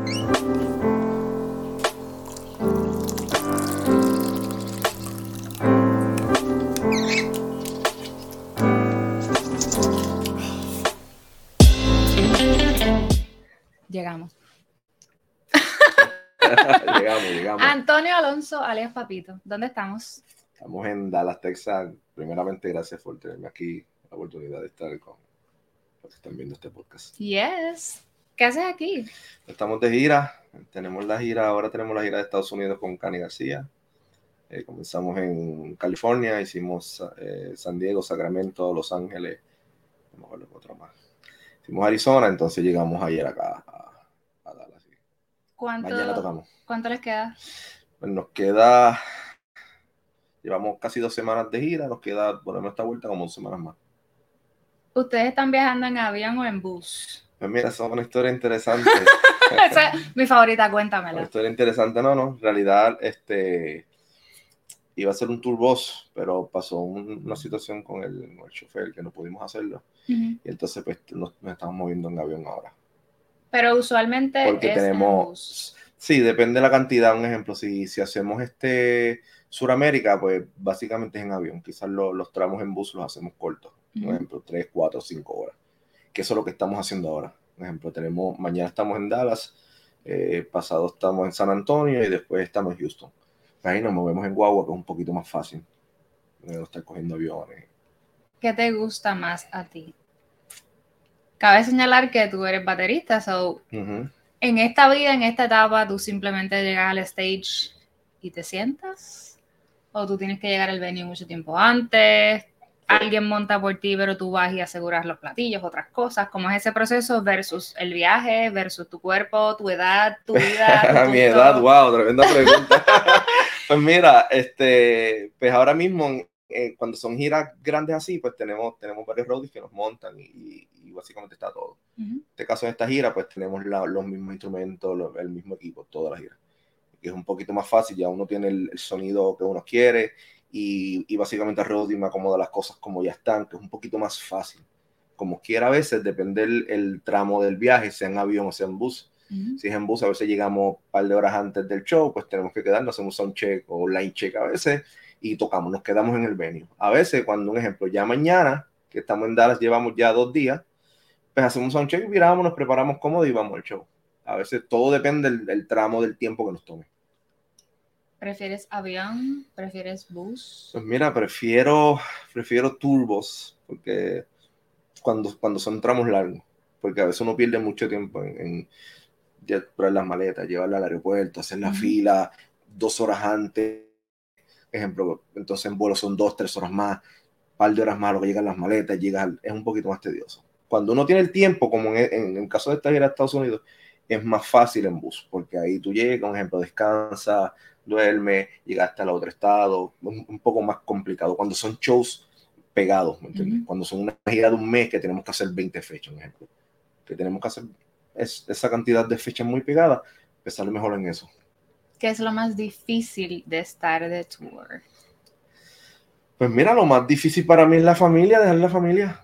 Llegamos. Llegamos. Antonio Alonso, alias Papito, ¿dónde estamos? Estamos en Dallas, Texas. Primeramente, gracias por tenerme aquí, la oportunidad de estar con los que están viendo este podcast. Yes. ¿Qué haces aquí? Estamos de gira. Ahora tenemos la gira de Estados Unidos con Cani García. Comenzamos en California, hicimos San Diego, Sacramento, Los Ángeles, no me acuerdo otro más. Hicimos Arizona, entonces llegamos ayer acá a Dallas. Mañana tocamos. ¿Cuánto les queda? Pues nos queda, llevamos casi 2 semanas de gira, nos queda ponernos esta vuelta como 2 semanas más. ¿Ustedes están viajando en avión o en bus? Pues mira, esa es una historia interesante. Esa es mi favorita, cuéntamela. Una historia interesante, no, en realidad, iba a ser un tour bus, pero pasó una situación con el chofer que no pudimos hacerlo. Y entonces pues nos estamos moviendo en avión ahora. Pero usualmente porque es tenemos, en bus. Sí, depende de la cantidad. Un ejemplo, si hacemos Suramérica, pues básicamente es en avión. Quizás los tramos en bus los hacemos cortos. Un ejemplo, 3, 4, 5 horas. Que eso es lo que estamos haciendo ahora. Por ejemplo, mañana estamos en Dallas, pasado estamos en San Antonio y después estamos en Houston. Ahí nos movemos en guagua, que es un poquito más fácil. No estar cogiendo aviones. ¿Qué te gusta más a ti? Cabe señalar que tú eres baterista, so en esta vida, en esta etapa, tú simplemente llegas al stage y te sientas, o tú tienes que llegar al venue mucho tiempo antes, alguien monta por ti, pero tú vas y aseguras los platillos, otras cosas. ¿Cómo es ese proceso versus el viaje, versus tu cuerpo, tu edad, tu vida? Mi edad, wow, tremenda pregunta. Pues mira, pues ahora mismo cuando son giras grandes así, pues tenemos varios roadies que nos montan y básicamente está todo. En este caso, en esta gira, pues tenemos los mismos instrumentos, el mismo equipo, toda la gira. Que es un poquito más fácil, ya uno tiene el sonido que uno quiere y básicamente el roadie me acomoda las cosas como ya están, que es un poquito más fácil. Como quiera, a veces depende el tramo del viaje, sea en avión o sea en bus. Si es en bus, a veces llegamos un par de horas antes del show, pues tenemos que quedarnos, hacemos sound check o line check a veces y tocamos, nos quedamos en el venue. A veces, cuando un ejemplo, ya mañana, que estamos en Dallas, llevamos ya 2 días, pues hacemos un sound check, viramos, nos preparamos cómodo y vamos al show. A veces todo depende del tramo del tiempo que nos tome. ¿Prefieres avión? ¿Prefieres bus? Pues mira, prefiero turbos, porque cuando son tramos largos, porque a veces uno pierde mucho tiempo en traer las maletas, llevarlas al aeropuerto, hacer la fila 2 horas antes, ejemplo, entonces en vuelo son 2, 3 horas más, un par de horas más, lo que llegan las maletas, es un poquito más tedioso. Cuando uno tiene el tiempo, como en el caso de esta gira a Estados Unidos, es más fácil en bus, porque ahí tú llegas, por ejemplo, descansas, duermes, llegaste al otro estado, un poco más complicado. Cuando son shows pegados, ¿me entiendes? Cuando son una gira de un mes que tenemos que hacer 20 fechas, por ejemplo, que tenemos que hacer esa cantidad de fechas muy pegadas, pues sale mejor en eso. ¿Qué es lo más difícil de estar de tour? Pues mira, lo más difícil para mí es la familia, dejar la familia.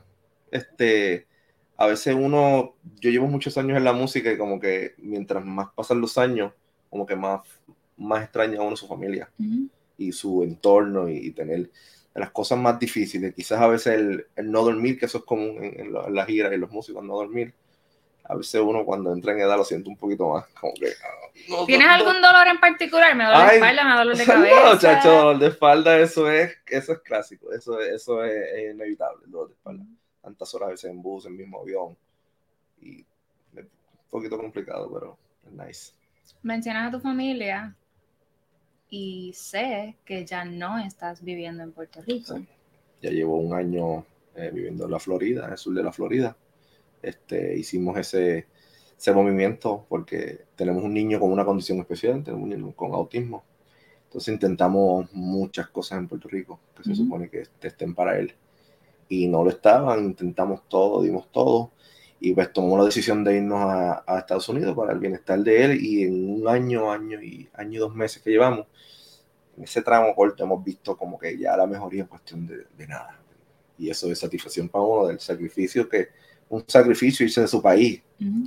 A veces yo llevo muchos años en la música y como que mientras más pasan los años, como que más extraña a uno su familia y su entorno y tener las cosas más difíciles. Quizás a veces el no dormir, que eso es común en la gira y los músicos, no dormir. A veces uno cuando entra en edad lo siente un poquito más, como que... ¿Tienes algún dolor en particular? Me duele la espalda, me duele de cabeza. No, chacho, dolor de espalda, eso es clásico, eso es inevitable, el dolor de espalda. Tantas horas a veces en bus, en mismo avión, y es un poquito complicado, pero es nice. Mencionas a tu familia y sé que ya no estás viviendo en Puerto Rico. Sí. Ya llevo 1 año viviendo en la Florida, en el sur de la Florida. Hicimos ese movimiento porque tenemos un niño con una condición especial, tenemos un niño con autismo. Entonces intentamos muchas cosas en Puerto Rico que se supone que estén para él y no lo estaban. Intentamos todo, dimos todo y pues tomamos la decisión de irnos a Estados Unidos para el bienestar de él. Y en 1 año y 2 meses que llevamos en ese tramo corto hemos visto como que ya la mejoría en cuestión de nada, y eso es satisfacción para uno del sacrificio, que un sacrificio irse de su país, todo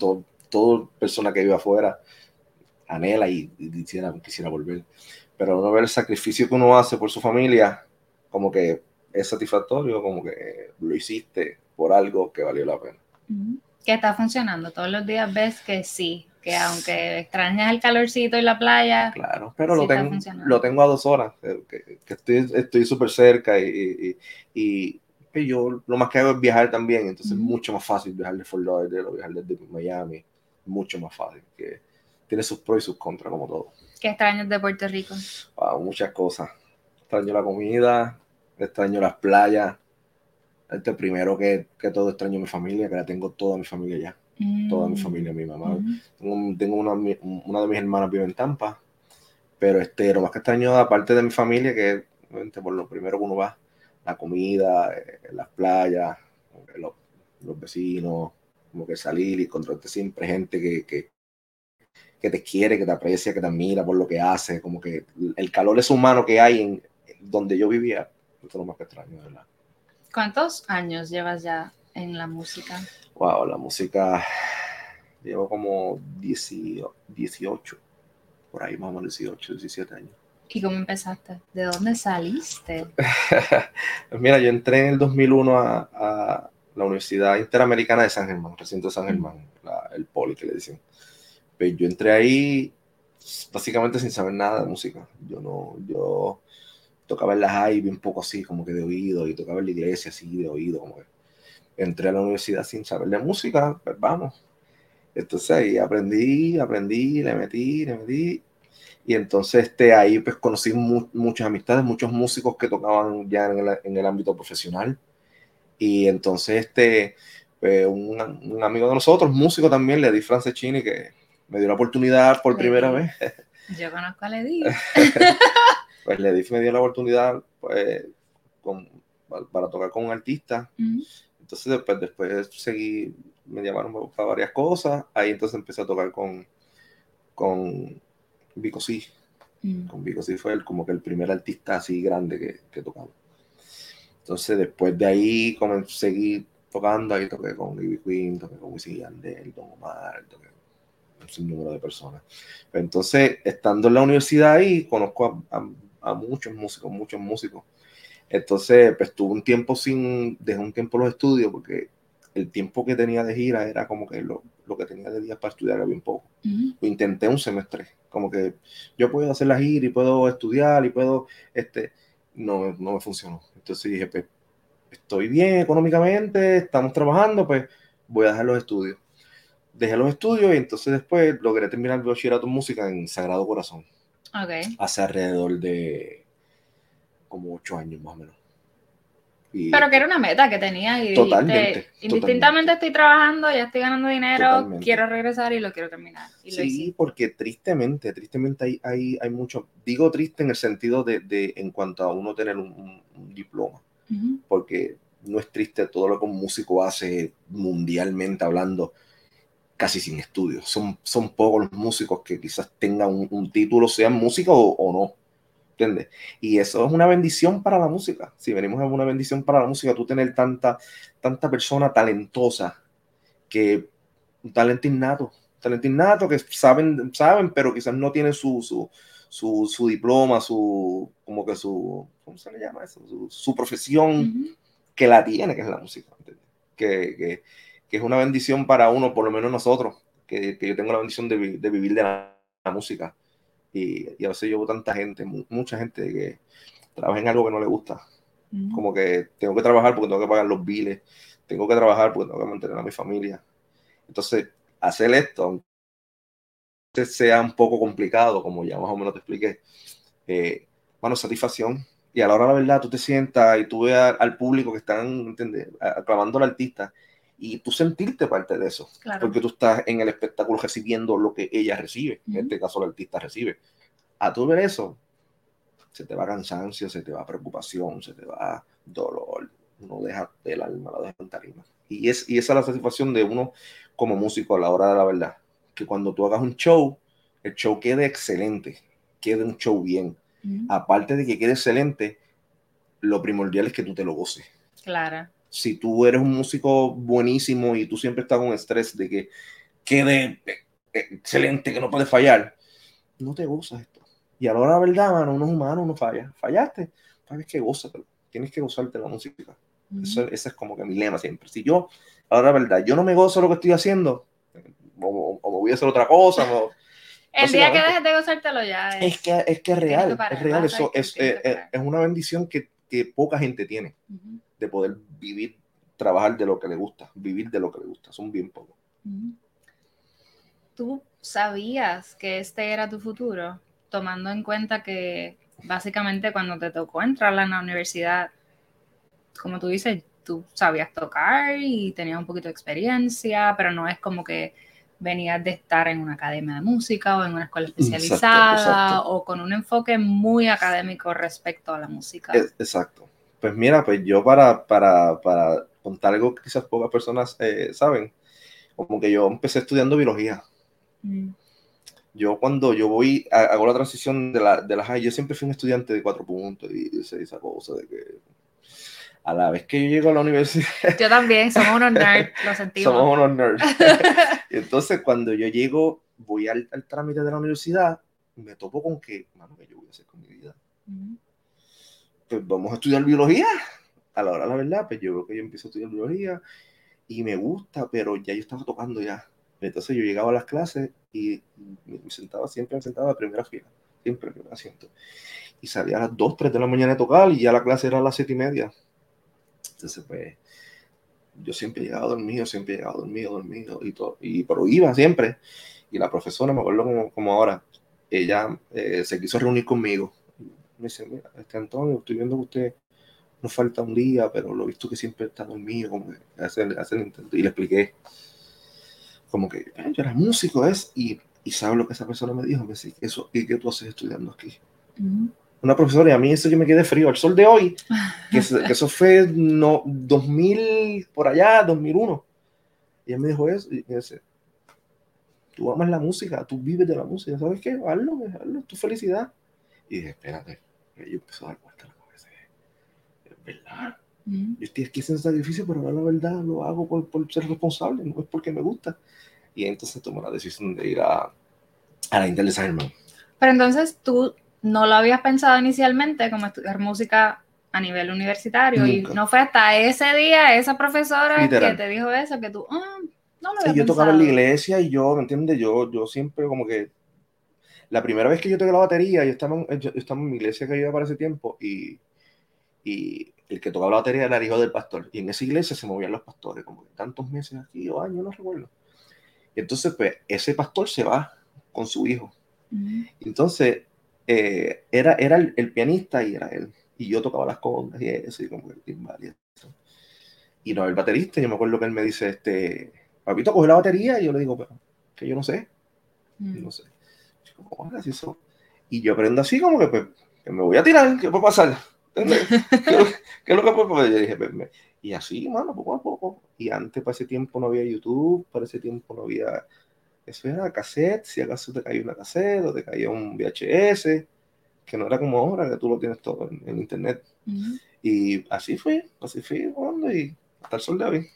toda persona que vive afuera anhela y quisiera volver. Pero uno ver el sacrificio que uno hace por su familia, como que es satisfactorio, como que lo hiciste por algo que valió la pena. Que está funcionando. Todos los días ves que sí, que aunque extrañas el calorcito y la playa, claro, pero sí lo tengo a 2 horas, que estoy súper cerca y que yo lo más que hago es viajar también, entonces es mucho más fácil viajar de Fort Lauderdale o viajar desde Miami, mucho más fácil, que tiene sus pros y sus contras como todo. ¿Qué extrañas de Puerto Rico? Wow, muchas cosas. Extraño la comida, extraño las playas. Primero que todo extraño mi familia, que la tengo toda mi familia ya. Toda mi familia, mi mamá. Tengo una de mis hermanas vive en Tampa, pero lo más que extraño, aparte de mi familia, que por lo primero que uno va, la comida, las playas, los vecinos, como que salir y encontrarte siempre gente que te quiere, que te aprecia, que te admira por lo que hace, como que el calor es humano que hay en donde yo vivía, eso es lo más que extraño, de verdad. ¿Cuántos años llevas ya en la música? Wow, la música llevo como 18, por ahí más o menos 18, 17 años. ¿Y cómo empezaste? ¿De dónde saliste? Pues mira, yo entré en el 2001 a la Universidad Interamericana de San Germán, recinto de San Germán, el Poli que le dicen. Pues yo entré ahí básicamente sin saber nada de música. Yo tocaba en la high un poco así, como que de oído, y tocaba en la iglesia así de oído, como que entré a la universidad sin saber de música, pues vamos. Entonces ahí aprendí, le metí, y entonces ahí pues conocí muchas amistades, muchos músicos que tocaban ya en el ámbito profesional, y entonces pues, un amigo de nosotros, músico también, Ledi Francescini, que me dio la oportunidad por primera vez. Yo conozco a Ledi. Pues Ledi me dio la oportunidad pues, para tocar con un artista. Entonces después seguí, me llamaron para varias cosas. Ahí entonces empecé a tocar con Vico C. Con Vico C fue como que el primer artista así grande que tocaba. Entonces después de ahí seguí tocando, ahí toqué con Ivy Queen, toqué con Wisin y Yandel, Don Omar, toqué un sinnúmero de personas. Pero entonces, estando en la universidad ahí, conozco a muchos músicos. Entonces, pues tuve un tiempo dejé un tiempo los estudios porque el tiempo que tenía de gira era como que lo que tenía de días para estudiar era bien poco. Lo intenté un semestre, como que yo puedo hacer la gira y puedo estudiar y puedo, no me funcionó. Entonces dije, pues estoy bien económicamente, estamos trabajando, pues voy a dejar los estudios. Dejé los estudios y entonces después logré terminar el bachillerato en música en Sagrado Corazón. Okay. Hace alrededor de como 8 años más o menos. Pero que era una meta que tenía y totalmente, dijiste, indistintamente estoy trabajando, ya estoy ganando dinero, totalmente. Quiero regresar y lo quiero terminar. Y sí, porque tristemente hay mucho, digo triste en el sentido de en cuanto a uno tener un diploma, porque no es triste todo lo que un músico hace mundialmente hablando, casi sin estudios. Son pocos los músicos que quizás tengan un título, sean músicos o no. ¿Entiendes? Y eso es una bendición para la música. Si venimos a una bendición para la música, tú tener tanta persona talentosa, que un talento innato que saben, pero quizás no tienen su diploma, como que ¿cómo se le llama eso? Su profesión que la tiene, que es la música. Que es una bendición para uno, por lo menos nosotros, que yo tengo la bendición de vivir de la música. Y a veces yo veo tanta gente, mucha gente que trabaja en algo que no le gusta. Como que tengo que trabajar porque tengo que pagar los biles, tengo que trabajar porque tengo que mantener a mi familia. Entonces, hacer esto, aunque sea un poco complicado, como ya más o menos te expliqué, bueno, satisfacción. Y a la hora de la verdad, tú te sientas y tú ves al público que están, ¿entiendes?, aclamando al artista, y tú sentirte parte de eso. Claro. Porque tú estás en el espectáculo recibiendo lo que ella recibe, en este caso el artista recibe. A tú ver eso, se te va cansancio, se te va preocupación, se te va dolor, uno deja el alma, la deja en tarima. Y esa es la satisfacción de uno como músico a la hora de la verdad, que cuando tú hagas un show, el show quede excelente, quede un show bien. Aparte de que quede excelente, lo primordial es que tú te lo goces. Claro. Si tú eres un músico buenísimo y tú siempre estás con estrés de que quede excelente, que no puede fallar. No te gozas esto. Y a la hora de la verdad, mano, uno es humano, uno falla. Fallaste, sabes que gózatelo. Tienes que gozarte la música. Ese es como que mi lema siempre. Si yo, a la hora de la verdad, yo no me gozo lo que estoy haciendo, o me voy a hacer otra cosa. El día que dejes de gozártelo ya es que es real. Es real. Eso es una bendición que poca gente tiene. De poder vivir, trabajar de lo que le gusta, vivir de lo que le gusta. Son bien pocos. ¿Tú sabías que este era tu futuro? Tomando en cuenta que básicamente cuando te tocó entrar a la universidad, como tú dices, tú sabías tocar y tenías un poquito de experiencia, pero no es como que venías de estar en una academia de música o en una escuela especializada. Exacto. O con un enfoque muy académico respecto a la música. Exacto. Pues mira, pues yo para contar algo que quizás pocas personas saben, como que yo empecé estudiando biología. Yo cuando yo hago la transición de la high, yo siempre fui un estudiante de 4 puntos y esa cosa de que a la vez que yo llego a la universidad... Yo también, somos unos nerds, lo sentimos. Somos unos nerds. Y entonces cuando yo llego, voy al trámite de la universidad, me topo con que, mano, ¿qué yo voy a hacer con mi vida? Pues vamos a estudiar biología. A la hora de la verdad, pues yo creo que yo empiezo a estudiar biología y me gusta, pero ya yo estaba tocando ya. Entonces yo llegaba a las clases y siempre me sentaba a primera fila, siempre en primer asiento. Y salía a las 2, 3 de la mañana a tocar y ya la clase era a las 7:30. Entonces pues yo siempre llegaba dormido y todo, pero iba siempre. Y la profesora, me acuerdo como ahora, ella se quiso reunir conmigo. Me dice, mira, Antonio, estoy viendo que usted nos falta un día, pero lo he visto que siempre está dormido, como que hace el intento. Y le expliqué, como que yo era músico, y ¿sabes lo que esa persona me dijo? Me dice, ¿y qué tú haces estudiando aquí? Una profesora, y a mí eso yo me quedé frío al sol de hoy, que eso fue 2000, por allá, 2001. Y ella me dijo eso, y me dice, tú amas la música, tú vives de la música, ¿sabes qué? Hazlo, es tu felicidad. Y dije, espérate, y yo empecé a dar vuelta a la cabeza. Es verdad. Yo estoy aquí haciendo sacrificio, pero la verdad lo hago por ser responsable, no es porque me gusta. Y entonces tomé la decisión de ir a la Intel de San Germán. Pero entonces tú no lo habías pensado inicialmente como estudiar música a nivel universitario. Nunca. Y no fue hasta ese día, esa profesora literal que te dijo eso, que tú no lo habías pensado. Yo tocaba en la iglesia y yo, ¿me entiendes? Yo siempre como que la primera vez que yo toqué la batería, yo estaba en mi iglesia que iba para ese tiempo y el que tocaba la batería era el hijo del pastor. Y en esa iglesia se movían los pastores, como que tantos meses aquí o años, no recuerdo. Y entonces, pues, ese pastor se va con su hijo. Entonces, era el pianista y era él. Y yo tocaba las congas y eso, y como que el timbal y eso. Y no, el baterista, yo me acuerdo que él me dice, papito, coge la batería. Y yo le digo, pero que yo no sé. Yo no sé. Y yo aprendo así como que, pues, que me voy a tirar, ¿qué puede pasar? ¿Qué es lo que puede pasar? Yo dije, pues, y así, mano, poco a poco. Y antes, para ese tiempo, no había YouTube, para ese tiempo no había... Eso era cassette, si acaso te caía una cassette o te caía un VHS, que no era como ahora, que tú lo tienes todo en internet. Y así fue, jugando y hasta el sol de hoy.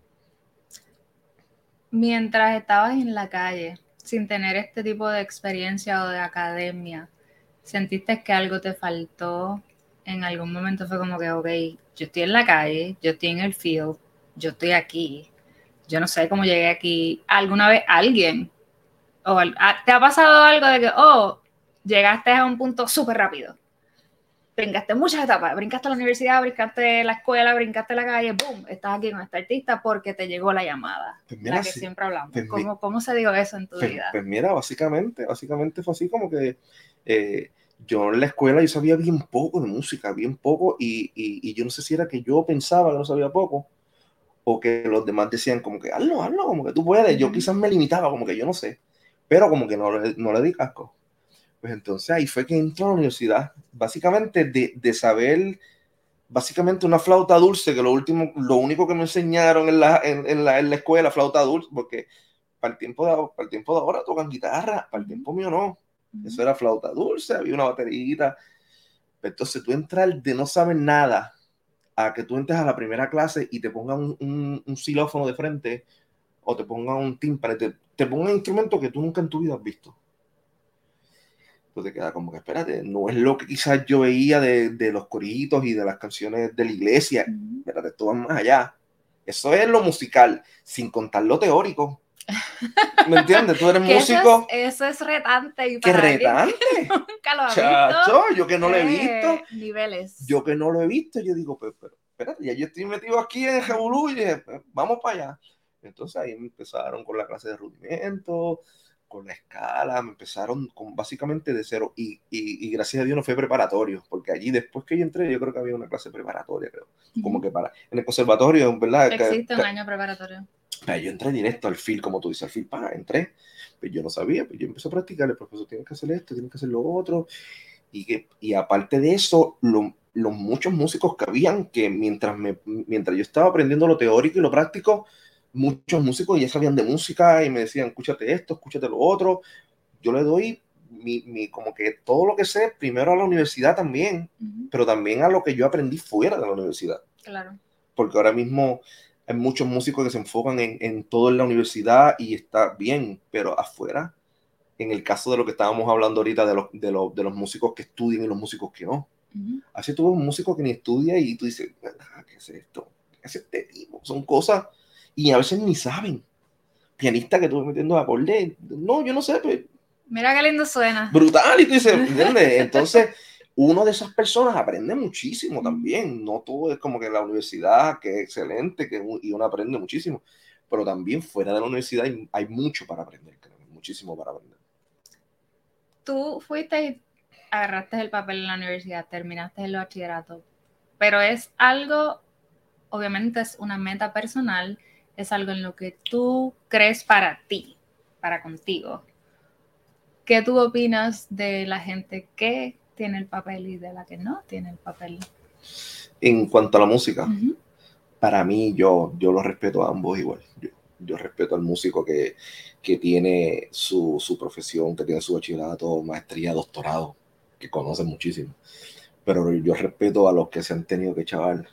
Mientras estabas en la calle, sin tener este tipo de experiencia o de academia, ¿sentiste que algo te faltó? En algún momento fue como que, ok, yo estoy en la calle, yo estoy en el field, yo estoy aquí, yo no sé cómo llegué aquí. ¿Alguna vez alguien te ha pasado algo de que, llegaste a un punto súper rápido? Brincaste muchas etapas, brincaste la universidad, brincaste la escuela, brincaste la calle, boom, estás aquí con este artista porque te llegó la llamada, pues mira, la que siempre hablamos. Pues ¿Cómo se dio eso en tu vida? Pues mira, básicamente fue así como que yo en la escuela yo sabía bien poco de música, bien poco, y yo no sé si era que yo pensaba que no sabía poco, o que los demás decían como que hazlo, como que tú puedes. Yo quizás me limitaba, como que yo no sé, pero como que no le di casco. Pues entonces ahí fue que entró a la universidad, básicamente de saber, básicamente una flauta dulce, que lo único que me enseñaron en la escuela, flauta dulce, porque para el tiempo de ahora tocan guitarra, para el tiempo mío no. Eso era flauta dulce, había una baterita. Entonces tú entras de no saber nada a que tú entres a la primera clase y te pongan un xilófono de frente o te pongan un tímpano, te pongan instrumentos que tú nunca en tu vida has visto. Tú te quedas como que, espérate, no es lo que quizás yo veía de los coritos y de las canciones de la iglesia. Espérate, esto va más allá. Eso es lo musical, sin contar lo teórico. ¿Me entiendes? Tú eres músico. Eso es retante. Y ¡Qué para retante! Nunca lo has Chacho, visto. yo que no lo he visto. Niveles. Yo que no lo he visto, yo digo, pero espérate, ya yo estoy metido aquí en Jebulú y dije, vamos para allá. Entonces ahí me empezaron con la clase de rudimento, con la escala, me empezaron con básicamente de cero y gracias a Dios no fue preparatorio, porque allí después que yo entré yo creo que había una clase preparatoria, creo, como que en el conservatorio, ¿verdad? Existe un año preparatorio. Yo entré directo al fil, como tú dices, al fil, entré, pues yo no sabía, pues yo empecé a practicar, el profesor tiene que hacer esto, tiene que hacer lo otro, y aparte de eso, los muchos músicos que habían, que mientras yo estaba aprendiendo lo teórico y lo práctico, muchos músicos ya sabían de música y me decían, escúchate esto, escúchate lo otro. Yo le doy como que todo lo que sé, primero a la universidad también, pero también a lo que yo aprendí fuera de la universidad. Claro. Porque ahora mismo hay muchos músicos que se enfocan en todo en la universidad y está bien, pero afuera, en el caso de lo que estábamos hablando ahorita de los músicos que estudian y los músicos que no. Así tú ves un músico que ni estudia y tú dices, ¿qué es esto? ¿Qué es este tipo? Son cosas y a veces ni saben. Pianista que tú metiendo acordes, no, yo no sé, pues, mira qué lindo suena. Brutal, y tú dices, ¿entiendes? Entonces, uno de esas personas aprende muchísimo también. No todo es como que la universidad, que es excelente, y uno aprende muchísimo. Pero también fuera de la universidad hay mucho para aprender, creo, muchísimo para aprender. Tú fuiste y agarraste el papel en la universidad, terminaste el bachillerato, pero es algo, obviamente es una meta personal, es algo en lo que tú crees para ti, para contigo. ¿Qué tú opinas de la gente que tiene el papel y de la que no tiene el papel? En cuanto a la música, para mí yo lo respeto a ambos igual. Yo respeto al músico que tiene su profesión, que tiene su bachillerato, maestría, doctorado, que conoce muchísimo. Pero yo respeto a los que se han tenido que chaval,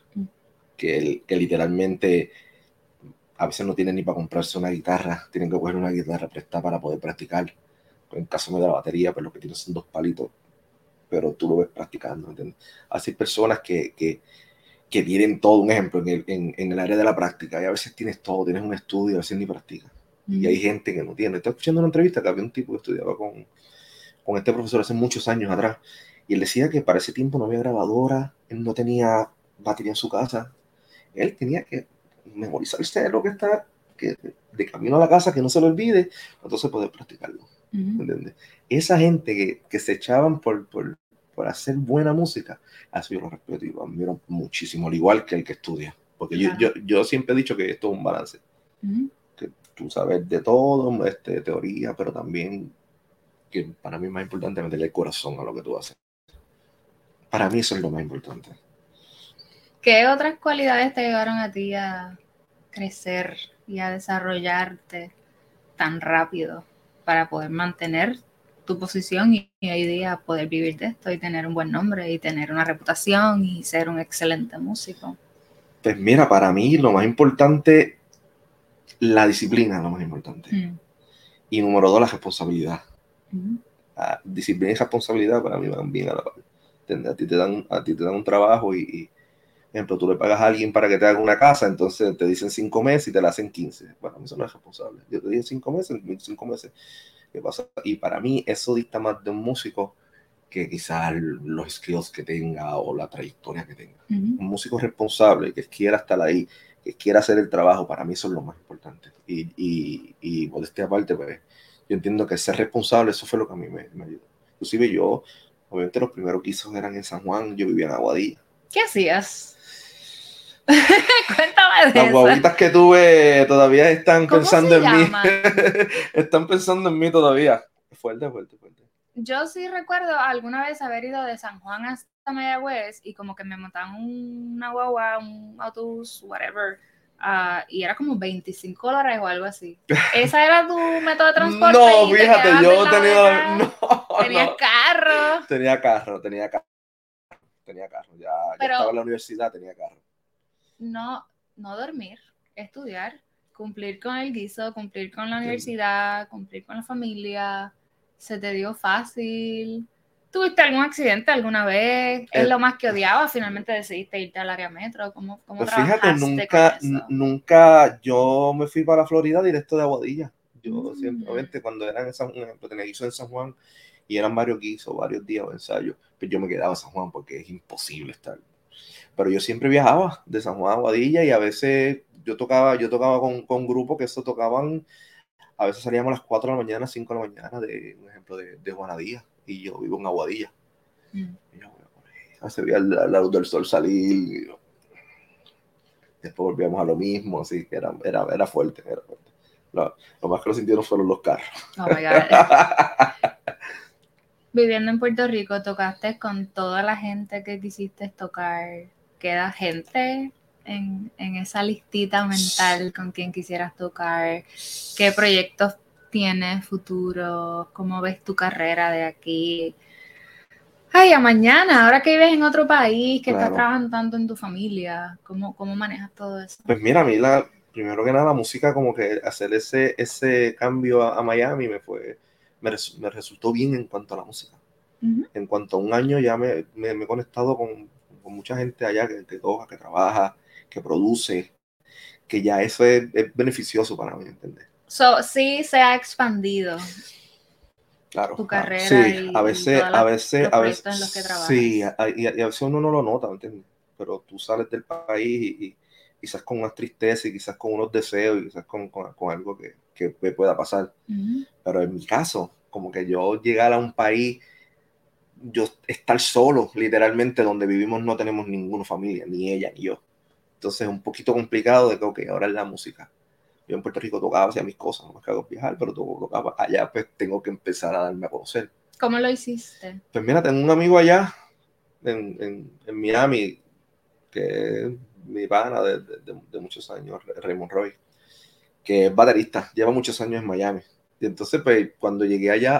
que literalmente a veces no tienen ni para comprarse una guitarra, tienen que coger una guitarra prestada para poder practicar. En caso de la batería, pues lo que tienen son 2 palitos, pero tú lo ves practicando, ¿entiendes? Así personas que tienen todo, un ejemplo, en el área de la práctica, y a veces tienes todo, tienes un estudio, a veces ni practicas. Y hay gente que no tiene. Estoy escuchando una entrevista que había un tipo que estudiaba con este profesor hace muchos años atrás, y él decía que para ese tiempo no había grabadora, él no tenía batería en su casa, él tenía que memorizarse lo que está de camino a la casa, que no se lo olvide, entonces poder practicarlo. ¿Entiendes? Esa gente que se echaban por hacer buena música, a eso yo lo respeto y lo admiro muchísimo, al igual que el que estudia. Porque claro, yo siempre he dicho que esto es un balance. Que tú sabes de todo, teoría, pero también que para mí es más importante meterle el corazón a lo que tú haces. Para mí eso es lo más importante. ¿Qué otras cualidades te llevaron a ti a crecer y a desarrollarte tan rápido para poder mantener tu posición y hoy día poder vivir de esto y tener un buen nombre y tener una reputación y ser un excelente músico? Pues mira, para mí lo más importante, la disciplina es lo más importante. Y número 2, la responsabilidad. Disciplina y responsabilidad para mí van bien a la par. A ti te dan un trabajo y por ejemplo, tú le pagas a alguien para que te haga una casa, entonces te dicen 5 meses y te la hacen 15. Bueno, eso no es responsable. Yo te dije 5 meses, 5 meses. ¿Qué pasa? Y para mí eso dicta más de un músico que quizás los skills que tenga o la trayectoria que tenga. Un músico responsable, que quiera estar ahí, que quiera hacer el trabajo, para mí eso es lo más importante. Y modestia aparte, pues, yo entiendo que ser responsable, eso fue lo que a mí me ayudó. Inclusive yo, obviamente los primeros guisos eran en San Juan, yo vivía en Aguadilla. ¿Qué hacías? Cuéntame de Las guaguitas que tuve todavía están pensando en mí. Están pensando en mí todavía. Fuerte. Yo sí recuerdo alguna vez haber ido de San Juan hasta Mayagüez y como que me montaban una guagua, un autobús, whatever, y era como $25 o algo así. ¿Esa era tu método de transporte? No, fíjate, yo tenía... ¿Tenías carro? Tenía carro. Ya estaba en la universidad, tenía carro. No dormir, estudiar, cumplir con el guiso, cumplir con la universidad, cumplir con la familia, ¿se te dio fácil? ¿Tuviste algún accidente alguna vez? ¿Es lo más que odiabas? ¿Finalmente decidiste irte al área metro? ¿Cómo pues trabajaste fíjate, con eso? nunca yo me fui para Florida directo de Aguadilla. Yo simplemente cuando eran en San Juan, tenía guiso en San Juan y eran varios guisos, varios días de ensayo, pues yo me quedaba en San Juan porque es imposible estar. Pero yo siempre viajaba de San Juan a Aguadilla y a veces yo tocaba con grupos que eso tocaban, a veces salíamos a las 4 de la mañana, 5 de la mañana, de un ejemplo de Juana Díaz, y yo vivo en Aguadilla. Y yo se veía la luz del sol salir, después volvíamos a lo mismo, así que era fuerte, era fuerte. Lo más que lo sintieron fueron los carros. Oh my God. Viviendo en Puerto Rico, ¿tocaste con toda la gente que quisiste tocar? ¿Queda gente en esa listita mental con quien quisieras tocar? ¿Qué proyectos tienes futuros? ¿Cómo ves tu carrera de aquí? Ay, a mañana, ahora que vives en otro país, que estás trabajando tanto en tu familia, ¿cómo manejas todo eso? Pues mira, a mí primero que nada la música, como que hacer ese cambio a Miami me resultó bien en cuanto a la música. En cuanto a un año ya me he conectado con mucha gente allá que toca, que trabaja, que produce, que ya eso es beneficioso para mí, ¿entendés? Sí se ha expandido. Claro, tu carrera sí, y a veces, los proyectos en los que trabajas. Sí, y a veces uno no lo nota, ¿me entiendes? Pero tú sales del país y quizás con una tristeza y quizás con unos deseos y quizás con algo que me pueda pasar. Pero en mi caso, como que yo llegar a un país, yo estar solo, literalmente, donde vivimos no tenemos ninguna familia, ni ella ni yo. Entonces es un poquito complicado de que, ok, ahora es la música. Yo en Puerto Rico tocaba, hacía mis cosas, no me cago en viajar, pero tocaba. Allá pues tengo que empezar a darme a conocer. ¿Cómo lo hiciste? Pues mira, tengo un amigo allá en Miami, que es mi pana de muchos años, Raymond Roy, que es baterista, lleva muchos años en Miami. Y entonces, pues, cuando llegué allá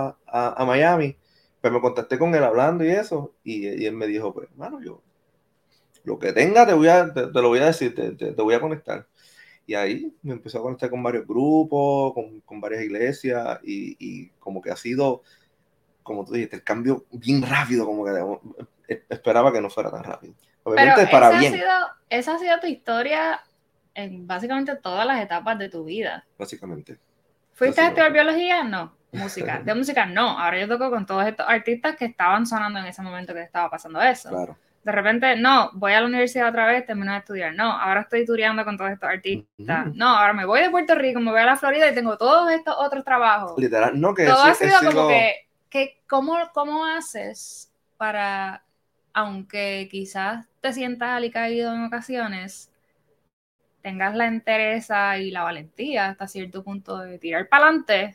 a Miami, pues me contacté con él hablando y eso, y él me dijo, pues, hermano, yo lo que tenga te lo voy a decir, te voy a conectar. Y ahí me empezó a conectar con varios grupos, con varias iglesias, y como que ha sido, como tú dijiste, el cambio bien rápido, como que esperaba que no fuera tan rápido. Obviamente pero para bien. Esa ha sido tu historia en básicamente todas las etapas de tu vida. Básicamente. ¿Fuiste a estudiar biología? No. Música. De música, no. Ahora yo toco con todos estos artistas que estaban sonando en ese momento que estaba pasando eso. Claro. De repente, no, voy a la universidad otra vez, termino de estudiar. No, ahora estoy tureando con todos estos artistas. No, ahora me voy de Puerto Rico, me voy a la Florida y tengo todos estos otros trabajos. Literal, no, que todo ha sido como que ¿cómo haces para, aunque quizás te sientas alicaído en ocasiones, tengas la entereza y la valentía hasta cierto punto de tirar para adelante?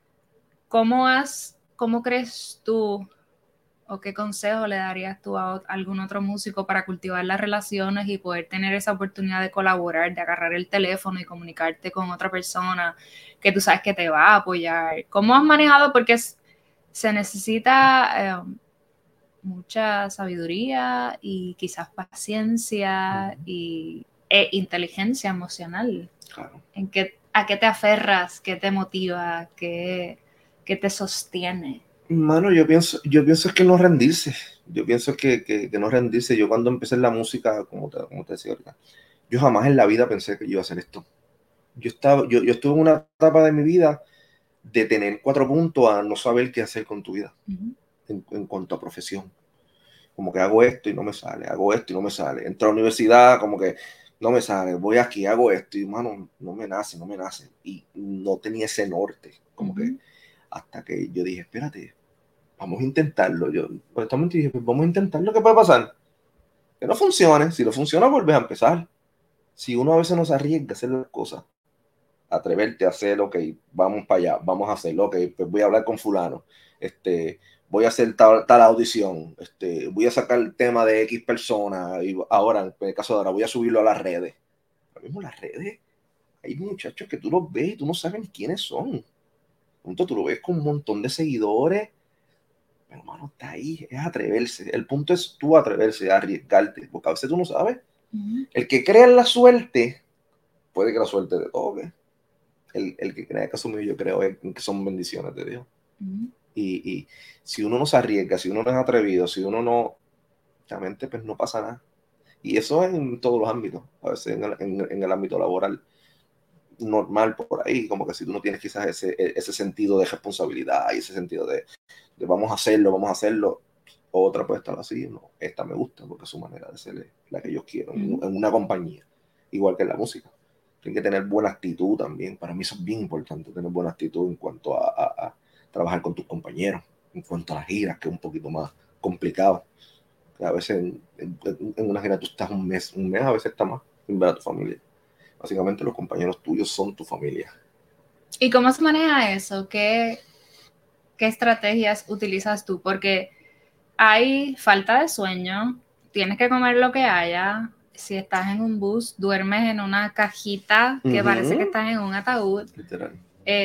¿Cómo crees tú o qué consejo le darías tú a algún otro músico para cultivar las relaciones y poder tener esa oportunidad de colaborar, de agarrar el teléfono y comunicarte con otra persona que tú sabes que te va a apoyar? ¿Cómo has manejado? Porque se necesita mucha sabiduría y quizás paciencia e inteligencia emocional. Claro. ¿A qué te aferras? ¿Qué te motiva? ¿Qué te sostiene? Mano, yo pienso es que no rendirse. Yo pienso que no rendirse. Yo cuando empecé en la música, como te decía ahorita, yo jamás en la vida pensé que yo iba a hacer esto. Yo estuve en una etapa de mi vida de tener 4 puntos a no saber qué hacer con tu vida en cuanto a profesión. Como que hago esto y no me sale, hago esto y no me sale. Entro a la universidad, como que no me sale, voy aquí, hago esto y, mano, no me nace. Y no tenía ese norte, como que hasta que yo dije, espérate, vamos a intentarlo. Yo honestamente dije, pues vamos a intentarlo, ¿qué puede pasar? Que no funcione, si no funciona, vuelves a empezar. Si uno a veces no se arriesga a hacer las cosas, atreverte a hacer, ok, vamos para allá, vamos a hacerlo, ok, pues voy a hablar con fulano, voy a hacer tal audición, voy a sacar el tema de X persona, y ahora, en el caso de ahora, voy a subirlo a las redes. Ahora mismo las redes, hay muchachos que tú los ves y tú no sabes ni quiénes son. Punto, tú lo ves con un montón de seguidores, pero hermano, está ahí, es atreverse. El punto es tú atreverse, a arriesgarte, porque a veces tú no sabes. El que crea en la suerte puede que la suerte te toque. El que crea que asumió, yo creo que son bendiciones de Dios. Y si uno no se arriesga, si uno no es atrevido, si uno no, realmente pues no pasa nada. Y eso es en todos los ámbitos, a veces en el ámbito laboral normal por ahí, como que si tú no tienes quizás ese sentido de responsabilidad y ese sentido de vamos a hacerlo, otra puede estar así, no, esta me gusta porque es su manera de ser la que yo quiero en una compañía, igual que en la música. Tienen que tener buena actitud también, para mí eso es bien importante, tener buena actitud en cuanto a trabajar con tus compañeros, en cuanto a las giras, que es un poquito más complicado. A veces en una gira tú estás un mes, a veces está más, sin ver a tu familia. Básicamente los compañeros tuyos son tu familia. ¿Y cómo se maneja eso? ¿Qué estrategias utilizas tú? Porque hay falta de sueño, tienes que comer lo que haya. Si estás en un bus, duermes en una cajita que parece que estás en un ataúd. Literal.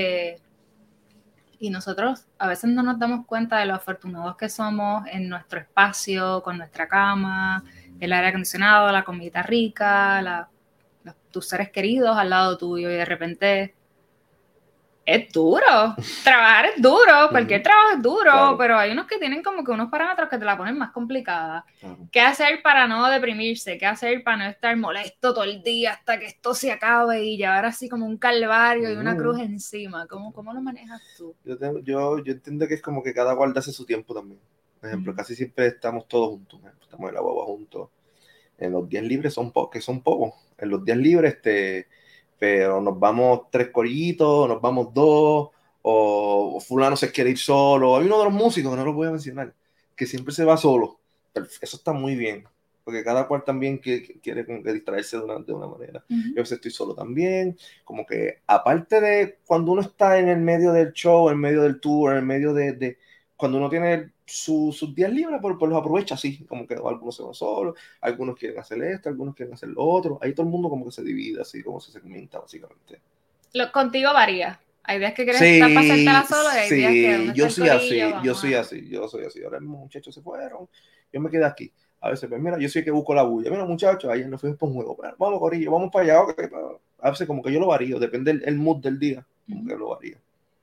Y nosotros a veces no nos damos cuenta de lo afortunados que somos en nuestro espacio, con nuestra cama, el aire acondicionado, la comida rica, tus seres queridos al lado tuyo, y de repente es duro. Trabajar es duro, cualquier trabajo es duro, claro. Pero hay unos que tienen como que unos parámetros que te la ponen más complicada. Claro. ¿Qué hacer para no deprimirse? ¿Qué hacer para no estar molesto todo el día hasta que esto se acabe y llevar así como un calvario y una cruz encima? ¿Cómo lo manejas tú? Yo entiendo que es como que cada cual hace su tiempo también. Por ejemplo, casi siempre estamos todos juntos. Estamos en la guagua juntos. En los días libres son pocos. En los días libres, pero nos vamos 3 corillitos, nos vamos 2, o fulano se quiere ir solo. Hay uno de los músicos, que no lo voy a mencionar, que siempre se va solo. Pero eso está muy bien, porque cada cual también quiere como que distraerse de una manera. Yo a veces estoy solo también, como que aparte de cuando uno está en el medio del show, en medio del tour, en medio de cuando uno tiene sus días libres, pues los aprovecha así, como que algunos se van solos, algunos quieren hacer esto, algunos quieren hacer lo otro. Ahí todo el mundo como que se divide así, como se segmenta básicamente. Contigo varía. Hay días que quieres estar para hacértela solo y hay días que yo soy así. Ahora mismo muchachos se fueron, yo me quedé aquí. A veces, pues mira, yo soy el que busco la bulla. Mira, muchachos, ayer nos fuimos por un juego. Bueno, vamos, corillo, vamos para allá. Okay. A veces como que yo lo varío, depende el mood del día, como que lo varío.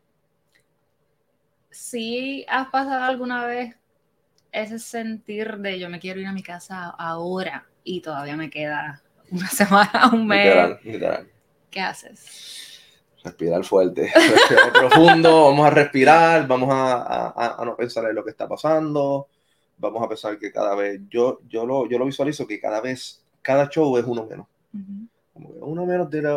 ¿Sí has pasado alguna vez ese sentir de yo me quiero ir a mi casa ahora y todavía me queda una semana, un mes? Literal. ¿Qué haces? Respirar fuerte, respirar profundo, vamos a respirar, vamos a no pensar en lo que está pasando, vamos a pensar que cada vez, yo lo visualizo que cada show es uno menos. Como que uno menos de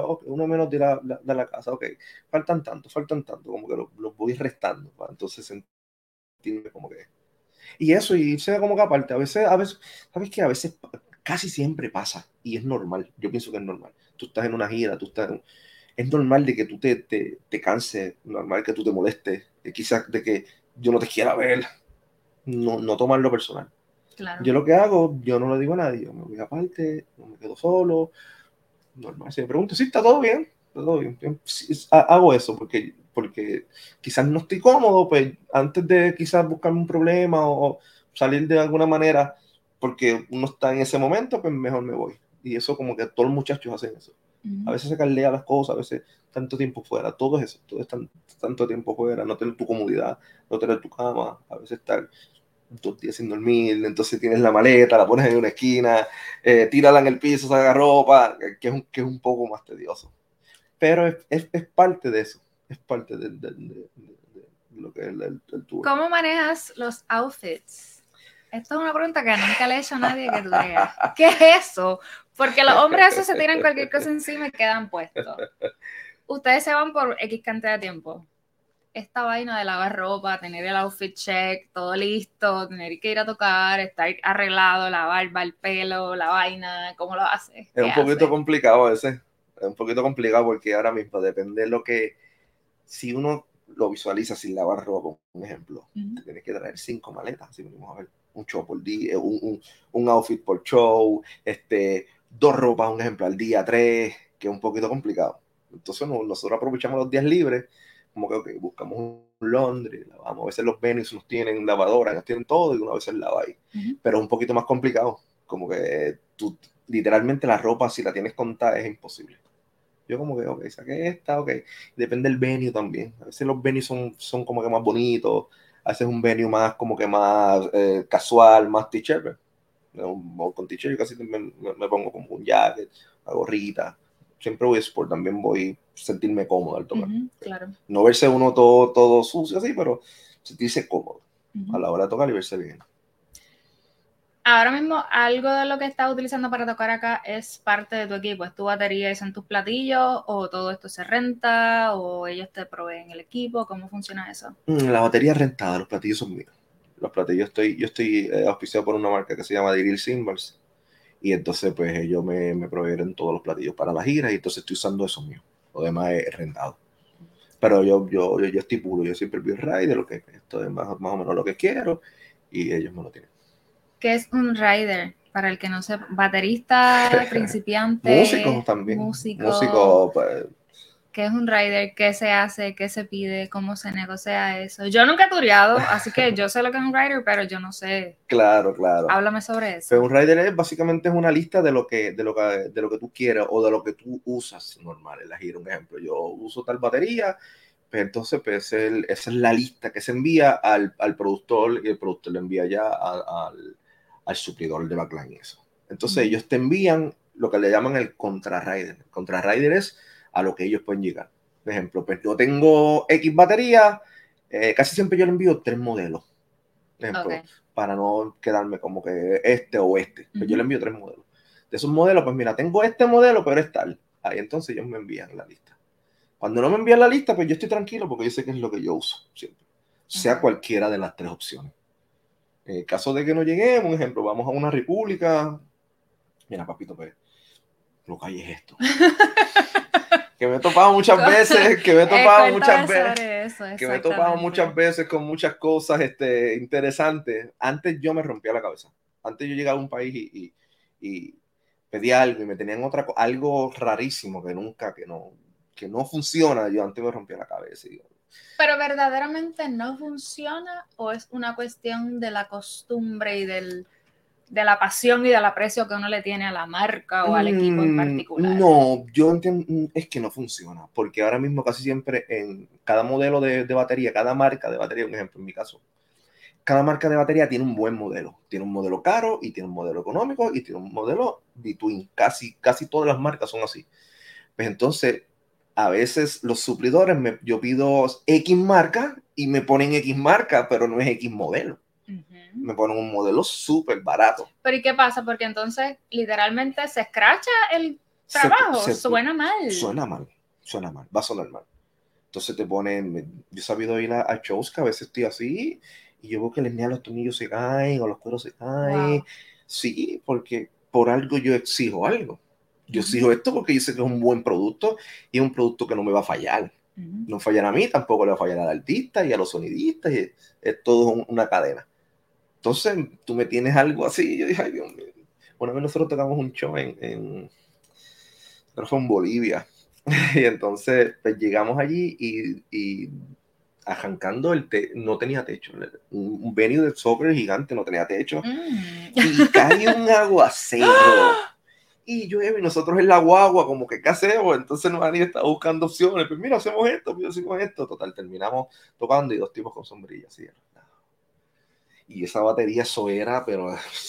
la casa, ok, faltan tanto, como que los voy restando, para entonces sentirme como que... Y eso, y irse como que aparte, a veces, ¿sabes qué? A veces casi siempre pasa, y es normal, yo pienso que es normal. Tú estás en una gira, es normal de que tú te canses, normal que tú te molestes, quizás de que yo no te quiera ver, no tomarlo personal. Claro. Yo lo que hago, yo no le digo a nadie, yo me voy aparte, no me quedo solo, normal. Si me pregunto, sí, está todo bien. Sí, hago eso porque quizás no estoy cómodo, pues antes de quizás buscarme un problema o salir de alguna manera, porque uno está en ese momento, pues mejor me voy. Y eso como que todos los muchachos hacen eso. A veces se caldea las cosas, a veces tanto tiempo fuera, todo es tanto tiempo fuera, no tener tu comodidad, no tener tu cama, a veces estar 2 días sin dormir, entonces tienes la maleta, la pones en una esquina, tírala en el piso, saca ropa, que es un poco más tedioso. Pero es parte de eso, es parte de lo que es el tour. ¿Cómo manejas los outfits? Esto es una pregunta que nunca le he hecho a nadie que tú digas, ¿qué es eso? Porque los hombres eso se tiran cualquier cosa encima y quedan puestos. Ustedes se van por X cantidad de tiempo. Esta vaina de lavar ropa, tener el outfit check, todo listo, tener que ir a tocar, estar arreglado, la barba, el pelo, la vaina, ¿cómo lo haces? Es un poquito complicado a veces, es un poquito complicado porque ahora mismo depende de lo que, si uno lo visualiza sin lavar ropa, por ejemplo, te tienes que traer 5 maletas, así venimos a ver, un show por día, un outfit por show, 2 ropas, un ejemplo, al día, 3, que es un poquito complicado. Entonces nosotros aprovechamos los días libres, como que okay, buscamos un laundry, lavamos, a veces los venues nos tienen lavadora, nos tienen todo y una vez lava ahí, pero es un poquito más complicado, como que tú, literalmente la ropa si la tienes contada es imposible, Yo como que, ok, saqué esta, ok. Depende del venue también. A veces los venues son como que más bonitos, a veces un venue más como que más casual, más t-shirt. Con t-shirt yo casi me pongo como un jacket, una gorrita. Siempre voy sport, también voy a sentirme cómodo al tocar. Claro. No verse uno todo sucio así, pero sentirse cómodo a la hora de tocar y verse bien. Ahora mismo, algo de lo que estás utilizando para tocar acá es parte de tu equipo. ¿Es tu batería y son tus platillos? ¿O todo esto se renta? ¿O ellos te proveen el equipo? ¿Cómo funciona eso? La batería es rentada, los platillos son míos. Los platillos, yo estoy auspiciado por una marca que se llama Diril Cymbals. Y entonces, pues, ellos me proveyeron todos los platillos para la gira y entonces estoy usando esos míos. Lo demás es rentado. Pero yo estipulo, yo siempre pido rider, lo que esto es más o menos lo que quiero y ellos me lo tienen. ¿Qué es un rider? Para el que no sepa, baterista, principiante, músicos también. Músico, pues. ¿Qué es un rider? ¿Qué se hace? ¿Qué se pide? ¿Cómo se negocia eso? Yo nunca he tureado, así que yo sé lo que es un rider, pero yo no sé. Claro. Háblame sobre eso. Pero un rider es básicamente una lista de lo que tú quieras o de lo que tú usas normal en la gira. Un ejemplo, yo uso tal batería, pues entonces pues esa es la lista que se envía al productor y el productor le envía ya al suplidor de backline y eso. Entonces ellos te envían lo que le llaman el contra-rider. El contra-rider es a lo que ellos pueden llegar. Por ejemplo, pues yo tengo X batería, casi siempre yo le envío 3 modelos. Por ejemplo, para no quedarme como que este o este. Pues yo le envío 3 modelos. De esos modelos, pues mira, tengo este modelo, pero es tal. Ahí entonces ellos me envían la lista. Cuando no me envían la lista, pues yo estoy tranquilo porque yo sé que es lo que yo uso siempre. Sea cualquiera de las 3 opciones. En el caso de que no lleguemos, un ejemplo, vamos a una república. Mira, papito, pues, lo que hay es esto. Que me he topado muchas veces, con muchas cosas interesantes. Antes yo me rompía la cabeza. Antes yo llegaba a un país y pedía algo y me tenían algo rarísimo que no funciona. Yo antes me rompía la cabeza. ¿Pero verdaderamente no funciona o es una cuestión de la costumbre y de la pasión y del aprecio que uno le tiene a la marca o al equipo en particular? No, yo entiendo, es que no funciona, porque ahora mismo casi siempre en cada modelo de batería, cada marca de batería, un ejemplo en mi caso, cada marca de batería tiene un buen modelo. Tiene un modelo caro y tiene un modelo económico y tiene un modelo between. Casi todas las marcas son así. Pues entonces, a veces los suplidores, yo pido X marca y me ponen X marca, pero no es X modelo. Me ponen un modelo súper barato. ¿Pero y qué pasa? Porque entonces literalmente se escracha el trabajo, suena mal. Suena mal, va a sonar mal. Entonces te ponen, yo he sabido ir a shows que a veces estoy así y yo veo que los tornillos se caen o los cueros se caen. Wow. Sí, porque por algo yo exijo algo. Yo exijo esto porque yo sé que es un buen producto y es un producto que no me va a fallar. No fallará a mí, tampoco le va a fallar al artista y a los sonidistas. Y es todo una cadena. Entonces, tú me tienes algo así. Yo dije, ay, Dios mío. Una vez nosotros tocamos un show creo que fue en Bolivia. Y entonces, pues llegamos allí y arrancando no tenía techo. Un venue de soccer gigante no tenía techo. Y cae un aguacero. Y llueve y nosotros en la guagua, como que ¿qué hacemos? Entonces Noani está buscando opciones. Pues mira, hacemos esto, pues hacemos esto. Total, terminamos tocando y 2 tipos con sombrillas. ¿Sí? Y esa batería, eso era, pero...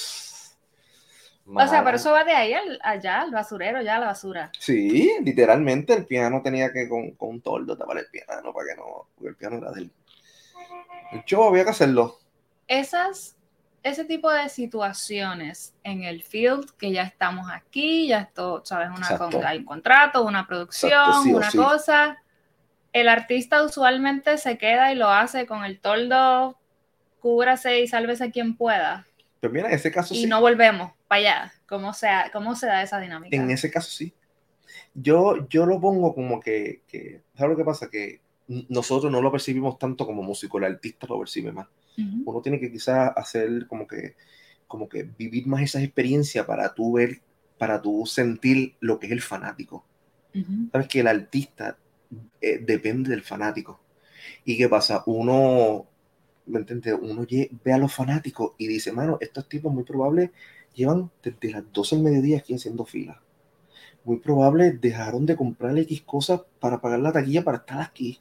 O sea, pero eso va de ahí allá, al basurero, ya a la basura. Sí, literalmente el piano tenía que con un toldo tapar el piano para que no, porque el piano era del... El show había que hacerlo. Ese tipo de situaciones en el field, que ya estamos aquí, ya esto, ¿sabes? Hay un contrato, una producción, exacto, sí, una cosa. El artista usualmente se queda y lo hace con el toldo, cúbrase y sálvese quien pueda. Pues mira, en ese caso sí. Y no volvemos para allá. ¿Cómo se da esa dinámica? En ese caso sí. Yo lo pongo como que ¿sabes lo que pasa? Que nosotros no lo percibimos tanto como músico, el artista lo percibe más. Uno tiene que quizás hacer como que vivir más esas experiencias para tú ver, para tú sentir lo que es el fanático. Sabes que el artista depende del fanático. ¿Y qué pasa? Uno, ¿me entiendes? Uno ve a los fanáticos y dice, mano, estos tipos muy probable llevan desde las 12 del mediodía aquí haciendo fila. muy probable dejaron de comprar X cosas para pagar la taquilla para estar aquí.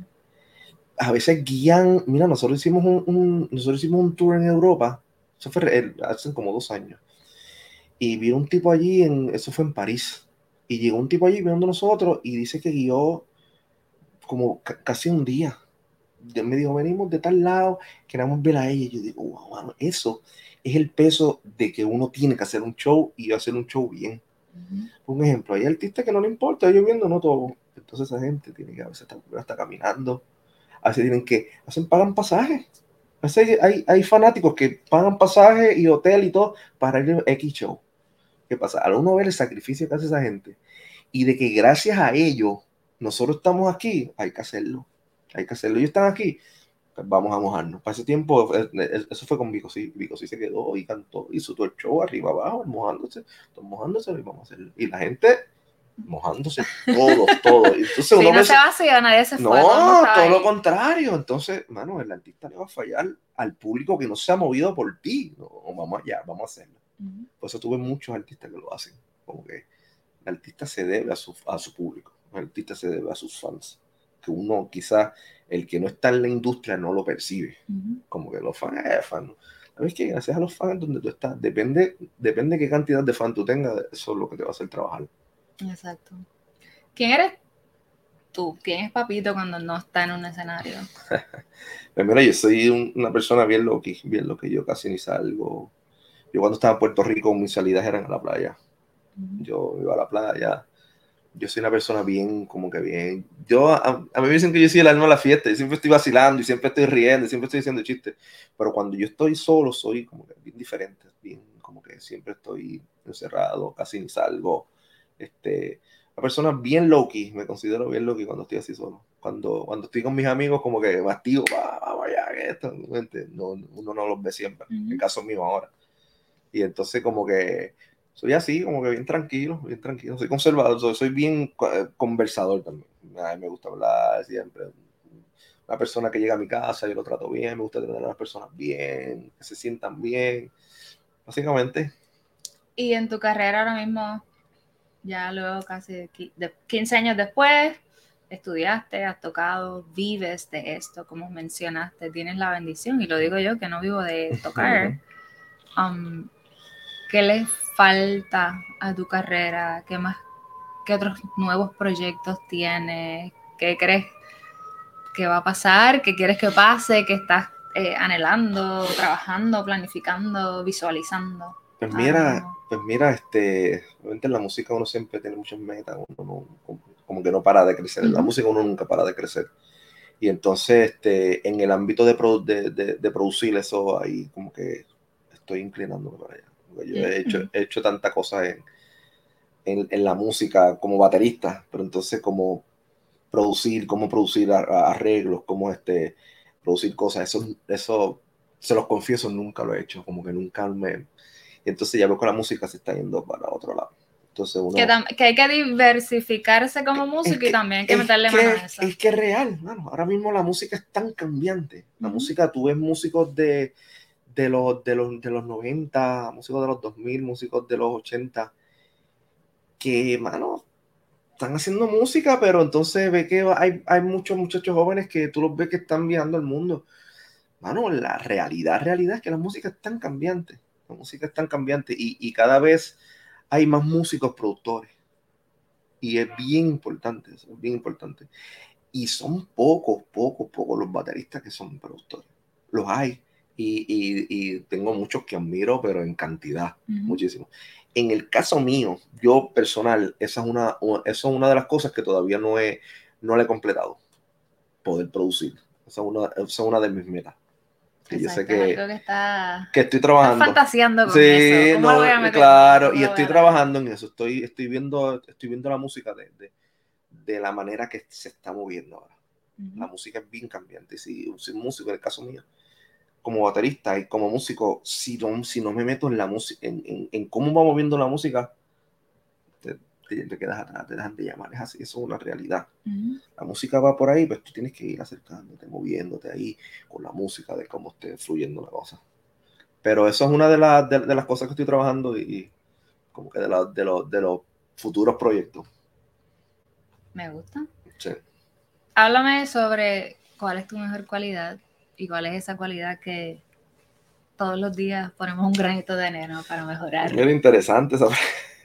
A veces guían, mira, nosotros hicimos un tour en Europa, eso fue hace como 2 años, y vino un tipo allí, eso fue en París, y llegó un tipo allí viendo nosotros y dice que guió como casi un día. Me dijo, venimos de tal lado, queremos ver a ella. Y yo digo, wow, mano, eso es el peso de que uno tiene que hacer un show y hacer un show bien. Un ejemplo, hay artistas que no le importa, ellos viendo no todo. Entonces esa gente tiene que a veces estar caminando, a veces pagan pasajes. A veces hay fanáticos que pagan pasajes y hotel y todo para ir a X show. ¿Qué pasa? Al uno ver el sacrificio que hace esa gente y de que gracias a ellos nosotros estamos aquí, hay que hacerlo. Hay que hacerlo. Ellos están aquí, pues vamos a mojarnos. Para ese tiempo, eso fue con Vico, sí. Vico sí se quedó y cantó, hizo todo el show arriba, abajo, mojándose, todos mojándose y vamos a hacerlo. Y la gente mojándose, todo. Entonces si no se vació, nadie se fue. No, todo lo contrario. Entonces, mano, el artista le va a fallar al público que no se ha movido por ti. No, vamos allá, vamos a hacerlo. Por eso tuve muchos artistas que lo hacen. Como que el artista se debe a su público, el artista se debe a sus fans, que uno quizás, el que no está en la industria no lo percibe, como que los fans, fan. ¿Sabes qué? Gracias a los fans donde tú estás, depende qué cantidad de fans tú tengas, eso es lo que te va a hacer trabajar. Exacto. ¿Quién eres tú? ¿Quién es Papito cuando no está en un escenario? Primero, yo soy una persona bien loca, yo casi ni salgo. Yo cuando estaba en Puerto Rico, mis salidas eran a la playa. Yo iba a la playa. Yo soy una persona bien, como que bien. A mí me dicen que yo soy el alma de la fiesta. Yo siempre estoy vacilando y siempre estoy riendo y siempre estoy diciendo chistes. Pero cuando yo estoy solo, soy como que bien diferente. Bien, como que siempre estoy encerrado, casi ni salgo. Una persona bien low-key. Me considero bien low-key cuando estoy así solo. Cuando estoy con mis amigos, como que me activo. Vamos allá, que esto. No, uno no los ve siempre. En el caso mío ahora. Y entonces como que soy así, como que bien tranquilo, soy conservador, soy bien conversador también. A mí me gusta hablar siempre. Una persona que llega a mi casa, yo lo trato bien, me gusta tener a las personas bien, que se sientan bien, básicamente. Y en tu carrera ahora mismo, ya luego casi 15 años después, estudiaste, has tocado, vives de esto, como mencionaste, tienes la bendición, y lo digo yo que no vivo de tocar. ¿Qué le falta a tu carrera? ¿Qué otros nuevos proyectos tienes? ¿Qué crees que va a pasar? ¿Qué quieres que pase? ¿Qué estás anhelando, trabajando, planificando, visualizando? Pues mira, obviamente en la música uno siempre tiene muchas metas, uno no, como que no para de crecer. En la música uno nunca para de crecer. Y entonces, en el ámbito de producir eso, ahí como que estoy inclinándome para allá. Porque yo he hecho tantas cosas en la música como baterista, pero entonces como producir arreglos, como producir cosas, eso se los confieso, nunca lo he hecho, como que nunca me... Y entonces ya veo que la música se está yendo para otro lado. Entonces que hay que diversificarse como músico y también hay que meterle mano a eso. Es que es real, mano. Ahora mismo la música es tan cambiante. La música, tú ves músicos de los 90, músicos de los 2000, músicos de los 80, que, mano, están haciendo música, pero entonces ve que hay muchos muchachos jóvenes que tú los ves que están viajando al mundo. Mano, la realidad es que la música es tan cambiante. La música es tan cambiante y cada vez hay más músicos productores. Y es bien importante, eso es bien importante. Y son pocos los bateristas que son productores. Los hay. Y tengo muchos que admiro, pero en cantidad, muchísimo. En el caso mío, yo personal, esa es una de las cosas que todavía no le he completado. Poder producir. Esa es una de mis metas. Que yo sé que estoy trabajando. Estás fantaseando con sí, eso. ¿Cómo no, lo voy a meter? Claro, y estoy trabajando en eso. Estoy viendo la música de la manera que se está moviendo ahora. La música es bien cambiante. Si un músico, en el caso mío, como baterista y como músico, si no me meto en la música, en cómo va moviendo la música, te quedas atrás, te dejan de llamar. Es así, eso es una realidad. La música va por ahí, pues tú tienes que ir acercándote, moviéndote ahí con la música, de cómo esté fluyendo la cosa. Pero eso es una de las cosas que estoy trabajando y como que de los futuros proyectos. Me gusta. Sí. Háblame sobre cuál es tu mejor cualidad y cuál es esa cualidad que todos los días ponemos un granito de arena para mejorar. Mira, interesante esa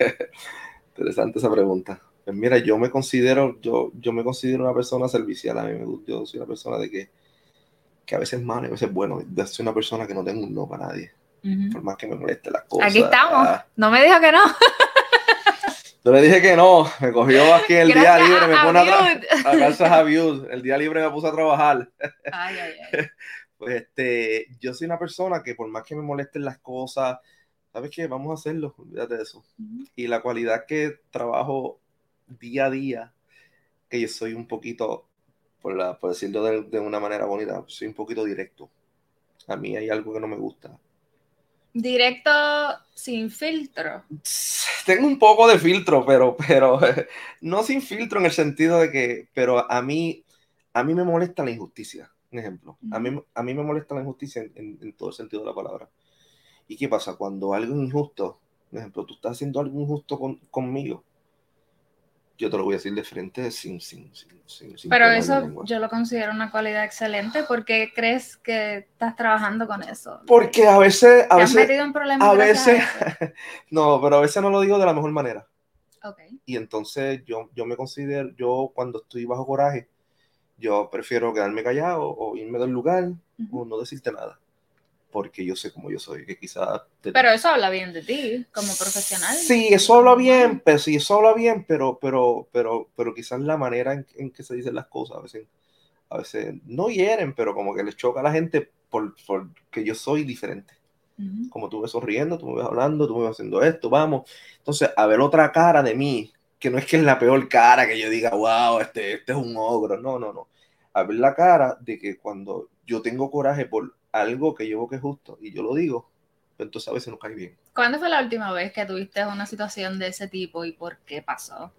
pregunta. Pues mira, yo me considero una persona servicial. Yo soy una persona de que a veces es malo y a veces es bueno. Yo soy una persona que no tengo un no para nadie. Por más que me moleste las cosas. Aquí estamos. No me dijo que no. Yo le dije que no. Me cogió aquí en el día libre. Me pone gracias a Views. El día libre me puse a trabajar. Ay. Pues yo soy una persona que por más que me molesten las cosas, ¿sabes qué? Vamos a hacerlo. Olvídate de eso. Y la cualidad que trabajo día a día, que yo soy un poquito, por decirlo de una manera bonita, soy un poquito directo. A mí hay algo que no me gusta. Directo, sin filtro. Tengo un poco de filtro, pero no sin filtro en el sentido de que, pero a mí me molesta la injusticia, un ejemplo. A mí me molesta la injusticia en todo el sentido de la palabra. ¿Y qué pasa? Cuando algo es injusto, por ejemplo, tú estás haciendo algo injusto conmigo, yo te lo voy a decir de frente sin pero eso yo lo considero una cualidad excelente. ¿Por qué crees que estás trabajando con eso? Porque a veces ¿Te has metido en problemas a veces no, pero a veces no lo digo de la mejor manera. Okay. Y entonces yo me considero, yo cuando estoy bajo coraje, yo prefiero quedarme callado o irme del lugar o no decirte nada. Porque yo sé cómo yo soy, que quizás... Pero eso habla bien de ti, como profesional. Sí, eso habla bien, pero quizás la manera en que se dicen las cosas a veces no hieren, pero como que les choca a la gente porque yo soy diferente. Como tú me ves sonriendo, tú me ves hablando, tú me ves haciendo esto, vamos. Entonces, a ver otra cara de mí, que no es que es la peor cara, que yo diga, wow, este es un ogro. No. A ver la cara de que cuando yo tengo coraje por algo que yo veo que es justo y yo lo digo, pues entonces a veces no cae bien. ¿Cuándo fue la última vez que tuviste una situación de ese tipo y por qué pasó?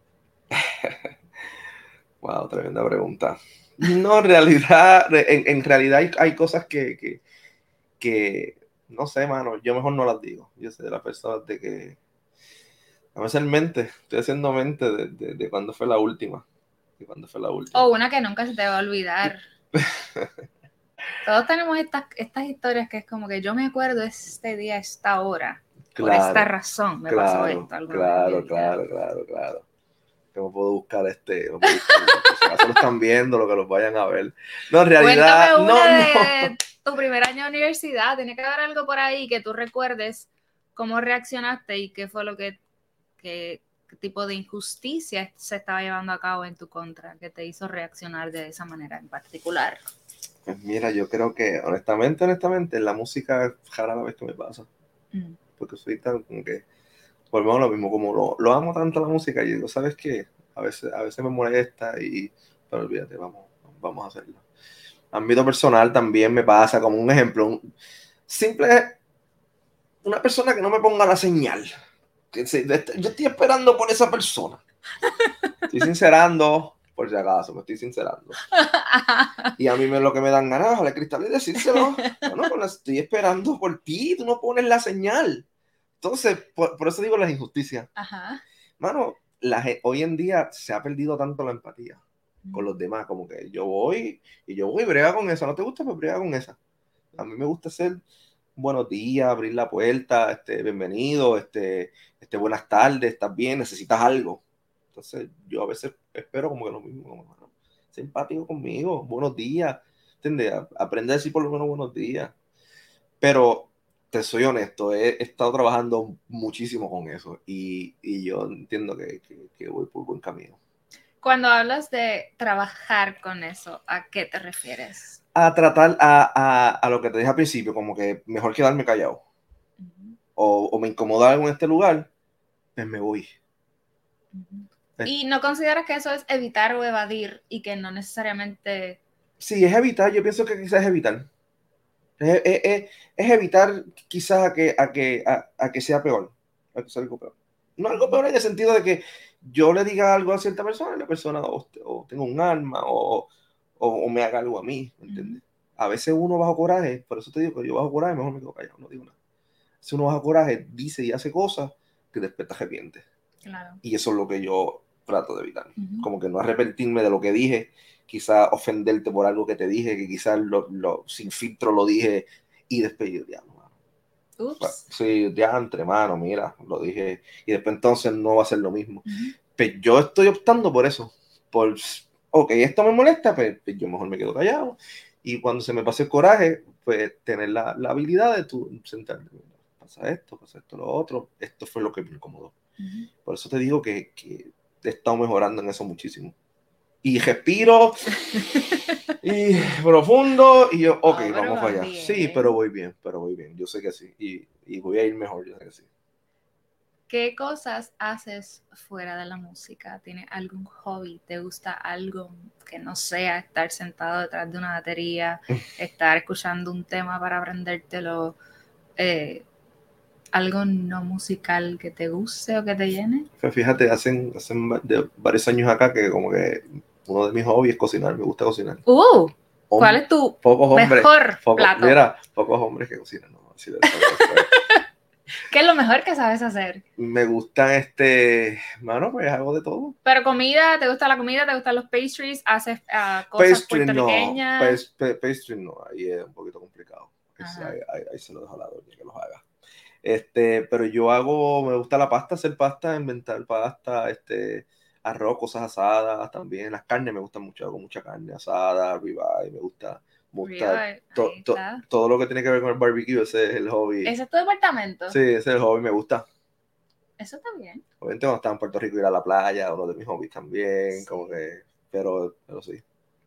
Wow, tremenda pregunta. No, en realidad hay cosas que no sé, mano, yo mejor no las digo. Yo sé de las personas de que a veces estoy haciendo mente de cuándo fue la última. O una que nunca se te va a olvidar. Todos tenemos estas historias que es como que yo me acuerdo este día, esta hora, por esta razón me pasó esto. Claro. Que me puedo buscar si acaso lo están viendo, lo que los vayan a ver. No, en realidad, cuéntame una de tu primer año de universidad. Tiene que haber algo por ahí que tú recuerdes cómo reaccionaste y qué fue lo qué tipo de injusticia se estaba llevando a cabo en tu contra, que te hizo reaccionar de esa manera en particular. Pues mira, yo creo que honestamente, la música es rara la vez que me pasa. Porque soy tan como que, por lo menos lo mismo, como lo amo tanto la música, y digo, ¿sabes qué? A veces me molesta, pero olvídate, vamos a hacerlo. Ámbito personal también me pasa, como un ejemplo, una persona que no me ponga la señal. Yo estoy esperando por esa persona. Estoy sincerando, por si acaso, me estoy sincerando. Y a mí lo que me dan ganas es bajarle cristal y decírselo. Bueno, pues estoy esperando por ti, tú no pones la señal. Entonces, por eso digo las injusticias. Ajá. Mano, hoy en día se ha perdido tanto la empatía con los demás, como que yo voy y brega con esa. ¿No te gusta? Pues brega con esa. A mí me gusta hacer buenos días, abrir la puerta, bienvenido, buenas tardes, ¿estás bien? ¿Necesitas algo? Entonces, yo a veces espero como que lo mismo, como, bueno, sé empático conmigo, buenos días, ¿entiendes? Aprende a decir por lo menos buenos días. Pero, te soy honesto, he estado trabajando muchísimo con eso y yo entiendo que voy por buen camino. Cuando hablas de trabajar con eso, ¿a qué te refieres? A tratar a lo que te dije al principio, como que mejor quedarme callado. O me incomoda algo en este lugar, pues me voy. ¿Y no consideras que eso es evitar o evadir y que no necesariamente... Sí, es evitar, yo pienso que quizás es evitar. Es evitar quizás a que sea peor, a que sea algo peor. No algo peor en el sentido de que yo le diga algo a cierta persona y la persona o tenga un arma o me haga algo a mí, ¿me entiendes? A veces uno bajo coraje, por eso te digo que yo bajo coraje mejor me quedo callado, no digo nada. Si uno bajo coraje dice y hace cosas que después te arrepientes. Claro. Y eso es lo que yo trato de evitar. Como que no arrepentirme de lo que dije, quizás ofenderte por algo que te dije, que quizás sin filtro lo dije y después yo, ya, Ups. Sí, ya entre mano, mira, lo dije. Y después entonces no va a ser lo mismo. Pero yo estoy optando por eso. Ok, esto me molesta, pues yo mejor me quedo callado. Y cuando se me pase el coraje, pues tener la habilidad de tú sentarte. Pasa esto, lo otro. Esto fue lo que me incomodó. Por eso te digo que he estado mejorando en eso muchísimo. Y respiro y profundo y yo, ok, vamos para allá. Bien. Sí, pero voy bien, yo sé que sí. Y voy a ir mejor, yo sé que sí. ¿Qué cosas haces fuera de la música? ¿Tienes algún hobby? ¿Te gusta algo que no sea estar sentado detrás de una batería, estar escuchando un tema para aprendértelo? ¿Algo no musical que te guste o que te llene? Pues fíjate, hacen varios años acá que como que uno de mis hobbies es cocinar, me gusta cocinar. ¿Cuál es tu mejor plato? Mira, pocos hombres que cocinan, ¿no? Así de eso, ¿Qué es lo mejor que sabes hacer? Me gustan, mano, pues hago de todo. Pero comida, ¿te gusta la comida? ¿Te gustan los pastries? ¿Haces cosas puertorriqueñas? No, pastry no, ahí es un poquito complicado. Ahí se lo dejo a la doña que los haga. Pero me gusta la pasta, hacer pasta, inventar pasta, arroz, cosas asadas también. Las carnes me gustan mucho, hago mucha carne asada, ribeye, me gusta todo lo que tiene que ver con el barbecue, ese es el hobby. ¿Ese es tu departamento? Sí, ese es el hobby, me gusta. Eso está bien. Obviamente cuando estaba en Puerto Rico ir a la playa, uno de mis hobbies también, sí. Como que, pero sí.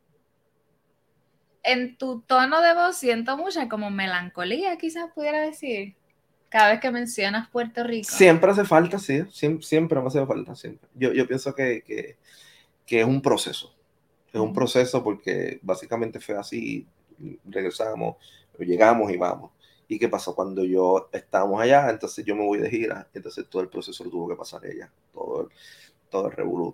En tu tono de voz siento mucha como melancolía, quizás pudiera decir, cada vez que mencionas Puerto Rico. Siempre hace falta, sí, siempre me hace falta, siempre. Yo pienso que es un proceso. Es un proceso porque básicamente fue así, regresamos, llegamos y vamos. ¿Y qué pasó? Cuando estábamos allá, entonces yo me voy de gira, entonces todo el proceso lo tuvo que pasar ella, todo el revolú.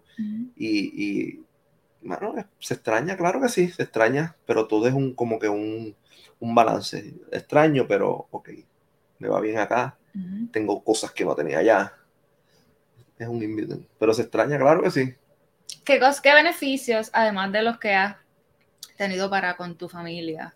Y bueno, se extraña, claro que sí, se extraña, pero todo es como que un balance. Extraño, pero ok, me va bien acá, tengo cosas que no tenía allá. Es un invito, pero se extraña, claro que sí. ¿Qué beneficios, además de los que has tenido para con tu familia,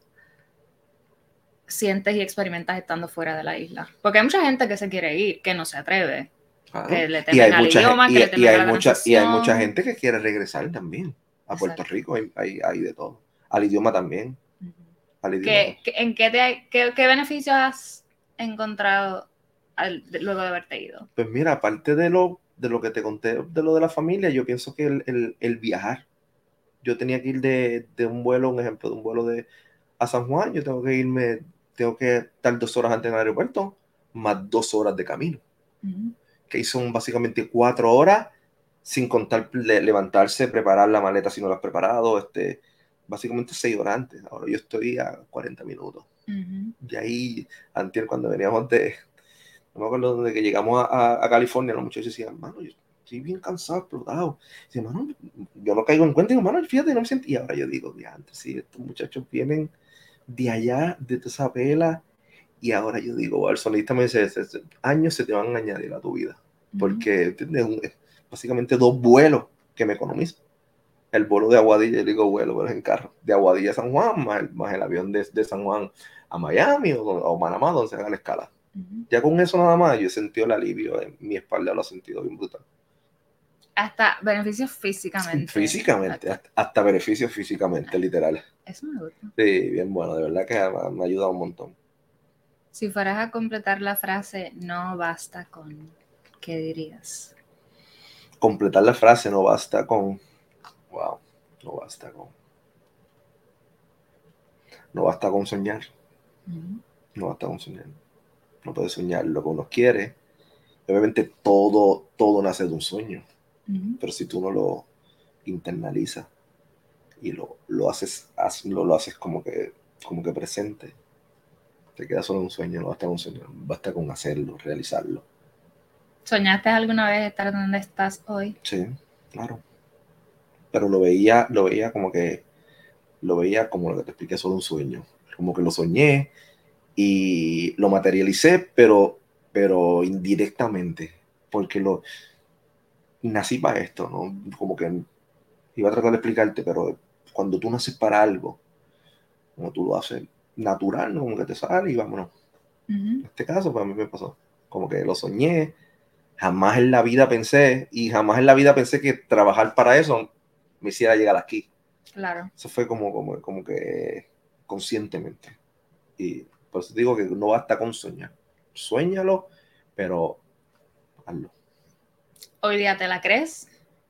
sientes y experimentas estando fuera de la isla? Porque hay mucha gente que se quiere ir, que no se atreve, que le temen al idioma, que le temen a la transición. Y hay mucha gente que quiere regresar también a Puerto Rico, hay de todo. Al idioma también. Al idioma. ¿Qué beneficios has encontrado luego de haberte ido? Pues mira, aparte de lo que te conté, de lo de la familia, yo pienso que el viajar. Yo tenía que ir de un vuelo, un ejemplo, de un vuelo a San Juan, yo tengo que estar 2 horas antes en el aeropuerto, más 2 horas de camino. Que son básicamente 4 horas, sin contar levantarse, preparar la maleta si no la has preparado, básicamente 6 horas antes. Ahora yo estoy a 40 minutos. Y ahí, antes cuando veníamos no me acuerdo dónde que llegamos a California, los muchachos decían, mano, yo estoy bien cansado, explotado. Dice, mano, yo no caigo en cuenta. Digo, mano, fíjate, no me siento. Y ahora yo digo, antes sí, estos muchachos vienen de allá, de toda esa pela. Y ahora yo digo, el sonista me dice, años se te van a añadir a tu vida. Porque tienes básicamente 2 vuelos que me economizan. El vuelo de Aguadilla, yo digo vuelo, pero es en carro. De Aguadilla a San Juan, más el avión de San Juan a Miami o Panamá, donde se haga la escala. Ya con eso nada más, yo he sentido el alivio en mi espalda, lo he sentido bien brutal. Hasta beneficios físicamente. Físicamente, hasta beneficios físicamente, literal. Eso me gusta. Sí, bien bueno, de verdad que me ha ayudado un montón. Si fueras a completar la frase, no basta con, ¿qué dirías? Completar la frase, no basta con, wow, no basta con soñar. No basta con soñar. No puedes soñar lo que uno quiere. Obviamente todo nace de un sueño. Pero si tú no lo internalizas y lo haces como que presente, te queda solo un sueño, no basta con un sueño, basta con hacerlo, realizarlo. ¿Soñaste alguna vez estar donde estás hoy? Sí, claro. Pero lo veía como lo que te expliqué, solo un sueño. Como que lo soñé y lo materialicé, pero indirectamente, porque nací para esto, ¿no? Como que iba a tratar de explicarte, pero cuando tú naces para algo, como tú lo haces natural, ¿no? Como que te sale y vámonos. En este caso, pues a mí me pasó. Como que lo soñé, jamás en la vida pensé, y jamás en la vida pensé que trabajar para eso me hiciera llegar aquí. Claro. Eso fue como que conscientemente. Y por eso digo que no basta con soñar. Suéñalo, pero hazlo. Hoy día te la crees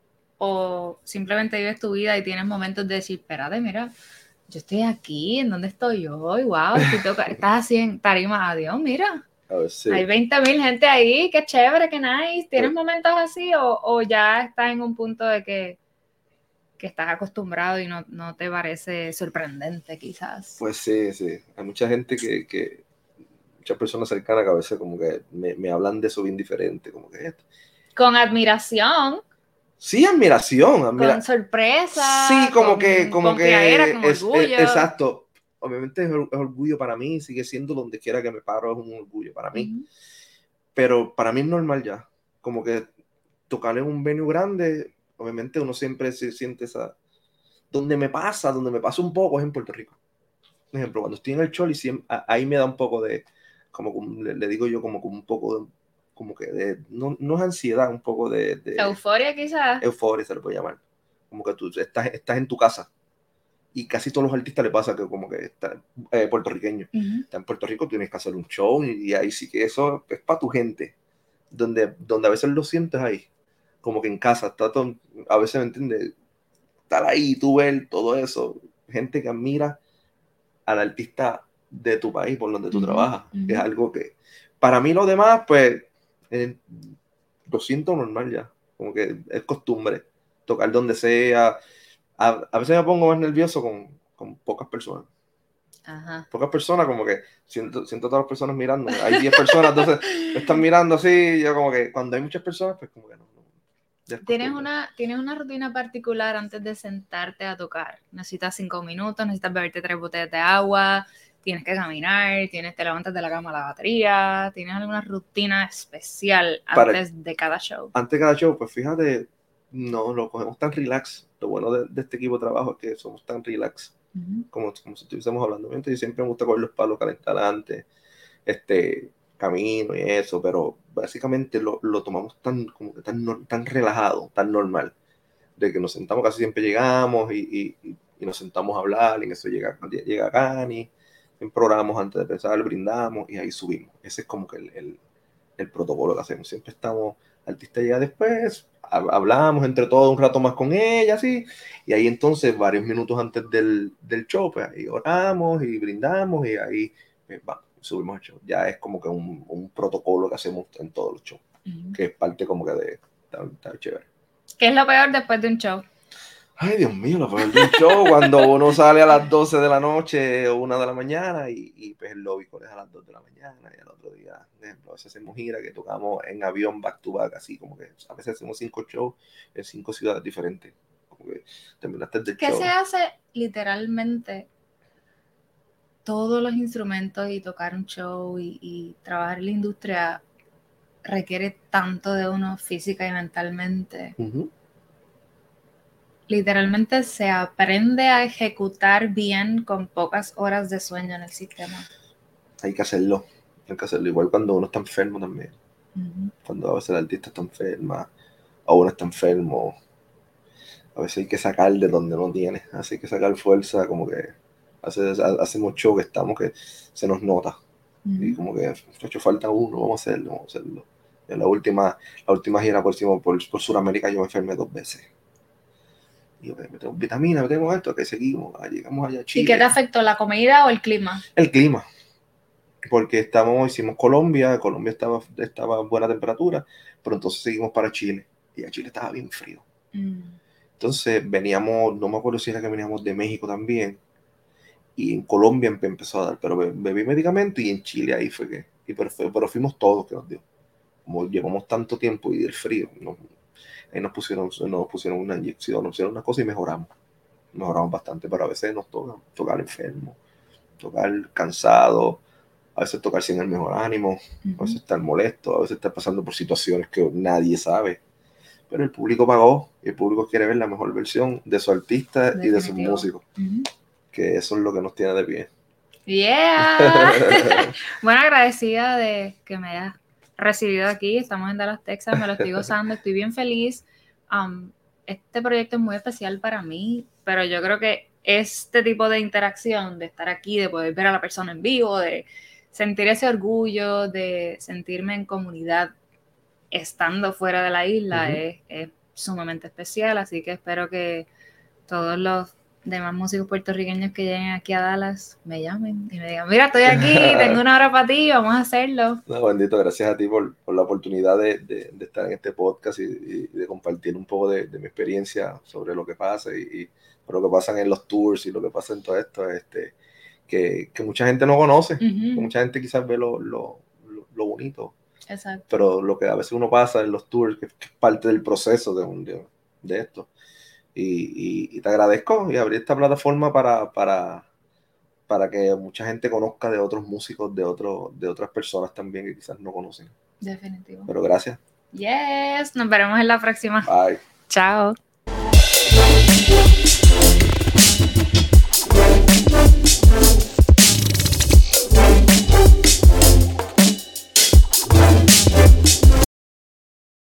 o simplemente vives tu vida y tienes momentos de decir, espérate, mira, yo estoy aquí, ¿en dónde estoy hoy? Wow, estás así en tarima, adiós, mira. A ver, sí. Hay 20,000 gente ahí, qué chévere, qué nice. ¿Tienes momentos así o ya estás en un punto de que estás acostumbrado y no te parece sorprendente quizás? Pues sí, sí. Hay mucha gente que muchas personas cercanas que a veces como que me hablan de eso bien diferente, como que esto. Con admiración. Sí, admiración. Con sorpresa. Sí, como con criadera, con orgullo. Exacto. Obviamente es orgullo para mí, sigue siendo donde quiera que me paro, es un orgullo para mí. Pero para mí es normal ya. Como que tocar en un venue grande, obviamente uno siempre se siente esa... Donde me pasa un poco es en Puerto Rico. Por ejemplo, cuando estoy en el Choli, ahí me da un poco de, como le digo yo, como un poco de, como que de, no es ansiedad, un poco de euforia quizás. Euforia se le puede llamar. Como que tú estás en tu casa. Y casi todos los artistas le pasa que como que está puertorriqueño. Está en Puerto Rico, tienes que hacer un show y ahí sí que eso es para tu gente. Donde a veces lo sientes ahí. Como que en casa, está todo, a veces me entiendes, estar ahí, tú ver todo eso. Gente que admira al artista de tu país por donde tú trabajas. Es algo que, para mí lo demás, pues, lo siento normal ya. Como que es costumbre. Tocar donde sea. A veces me pongo más nervioso con pocas personas. Ajá. Pocas personas, como que siento a todas las personas mirando. Hay 10 personas, entonces me están mirando así. Yo como que cuando hay muchas personas, pues como que no. ¿Tienes una rutina particular antes de sentarte a tocar? ¿Necesitas 5 minutos? ¿Necesitas beberte 3 botellas de agua? ¿Tienes que caminar? ¿Te levantas de la cama a la batería? ¿Tienes alguna rutina especial antes de cada show? Antes de cada show, pues fíjate, no lo cogemos tan relax. Lo bueno de este equipo de trabajo es que somos tan relax, como si estuviésemos hablando. Yo siempre me gusta coger los palos, calentar antes, camino y eso, pero básicamente lo tomamos como que tan relajado, tan normal, de que nos sentamos, casi siempre llegamos y nos sentamos a hablar, y en eso llega Cani, siempre oramos antes de empezar, brindamos y ahí subimos. Ese es como que el protocolo que hacemos. Siempre estamos, el artista llega después, hablamos entre todos un rato más con ella, así, y ahí entonces varios minutos antes del show, pues ahí oramos y brindamos y ahí subimos el show. Ya es como que un protocolo que hacemos en todos los shows, que es parte como que de estar chévere. ¿Qué es lo peor después de un show? Ay, Dios mío, lo peor de un show, cuando uno sale a las 12 de la noche o 1 de la mañana y pues el lobby es a las 2 de la mañana y al otro día, por ejemplo, a veces hacemos gira que tocamos en avión back to back, así como que a veces hacemos 5 shows en 5 ciudades diferentes. Como que terminaste del show. ¿Qué se hace literalmente? Todos los instrumentos y tocar un show y trabajar en la industria requiere tanto de uno física y mentalmente. Literalmente se aprende a ejecutar bien con pocas horas de sueño en el sistema. Hay que hacerlo. Igual cuando uno está enfermo también. Cuando a veces el artista está enferma o uno está enfermo, a veces hay que sacar de donde no tiene. Así que sacar fuerza, como que hacemos show que estamos que se nos nota. Y como que hecho falta uno, vamos a hacerlo. En la última gira por Sudamérica yo me enfermé 2 veces. Y yo, me tengo vitamina, me tengo esto, que seguimos, llegamos allá a Chile. ¿Y qué te afectó, la comida o el clima? El clima. Porque hicimos Colombia estaba en buena temperatura, pero entonces seguimos para Chile. Y a Chile estaba bien frío. Entonces veníamos, no me acuerdo si era que veníamos de México también. Y en Colombia empezó a dar, pero bebí medicamento y en Chile ahí fue que... Pero fuimos todos que nos dio. Como llevamos tanto tiempo y del frío, ahí nos pusieron una inyección, nos pusieron una cosa y mejoramos bastante, pero a veces nos tocar enfermo, tocar cansado, a veces tocar sin el mejor ánimo, a veces estar molesto, a veces estar pasando por situaciones que nadie sabe, pero el público pagó y el público quiere ver la mejor versión de su artista y de sus músicos, que eso es lo que nos tiene de pie. Yeah. Bueno, agradecida de que me hayas recibido aquí. Estamos en Dallas, Texas, me lo estoy gozando, estoy bien feliz. Este proyecto es muy especial para mí, pero yo creo que este tipo de interacción, de estar aquí, de poder ver a la persona en vivo, de sentir ese orgullo, de sentirme en comunidad estando fuera de la isla, es sumamente especial, así que espero que todos los demás músicos puertorriqueños que lleguen aquí a Dallas me llamen y me digan, mira, estoy aquí, tengo una hora para ti, vamos a hacerlo. No, bendito, gracias a ti por la oportunidad de estar en este podcast y de compartir un poco de mi experiencia sobre lo que pasa y lo que pasa en los tours y lo que pasa en todo esto, que mucha gente no conoce, que mucha gente quizás ve lo bonito. Exacto. Pero lo que a veces uno pasa en los tours, que es parte del proceso de esto. Y te agradezco y abrí esta plataforma para que mucha gente conozca de otros músicos, de otras personas también que quizás no conocen. Definitivo. Pero gracias. Yes, nos veremos en la próxima. Bye. Chao.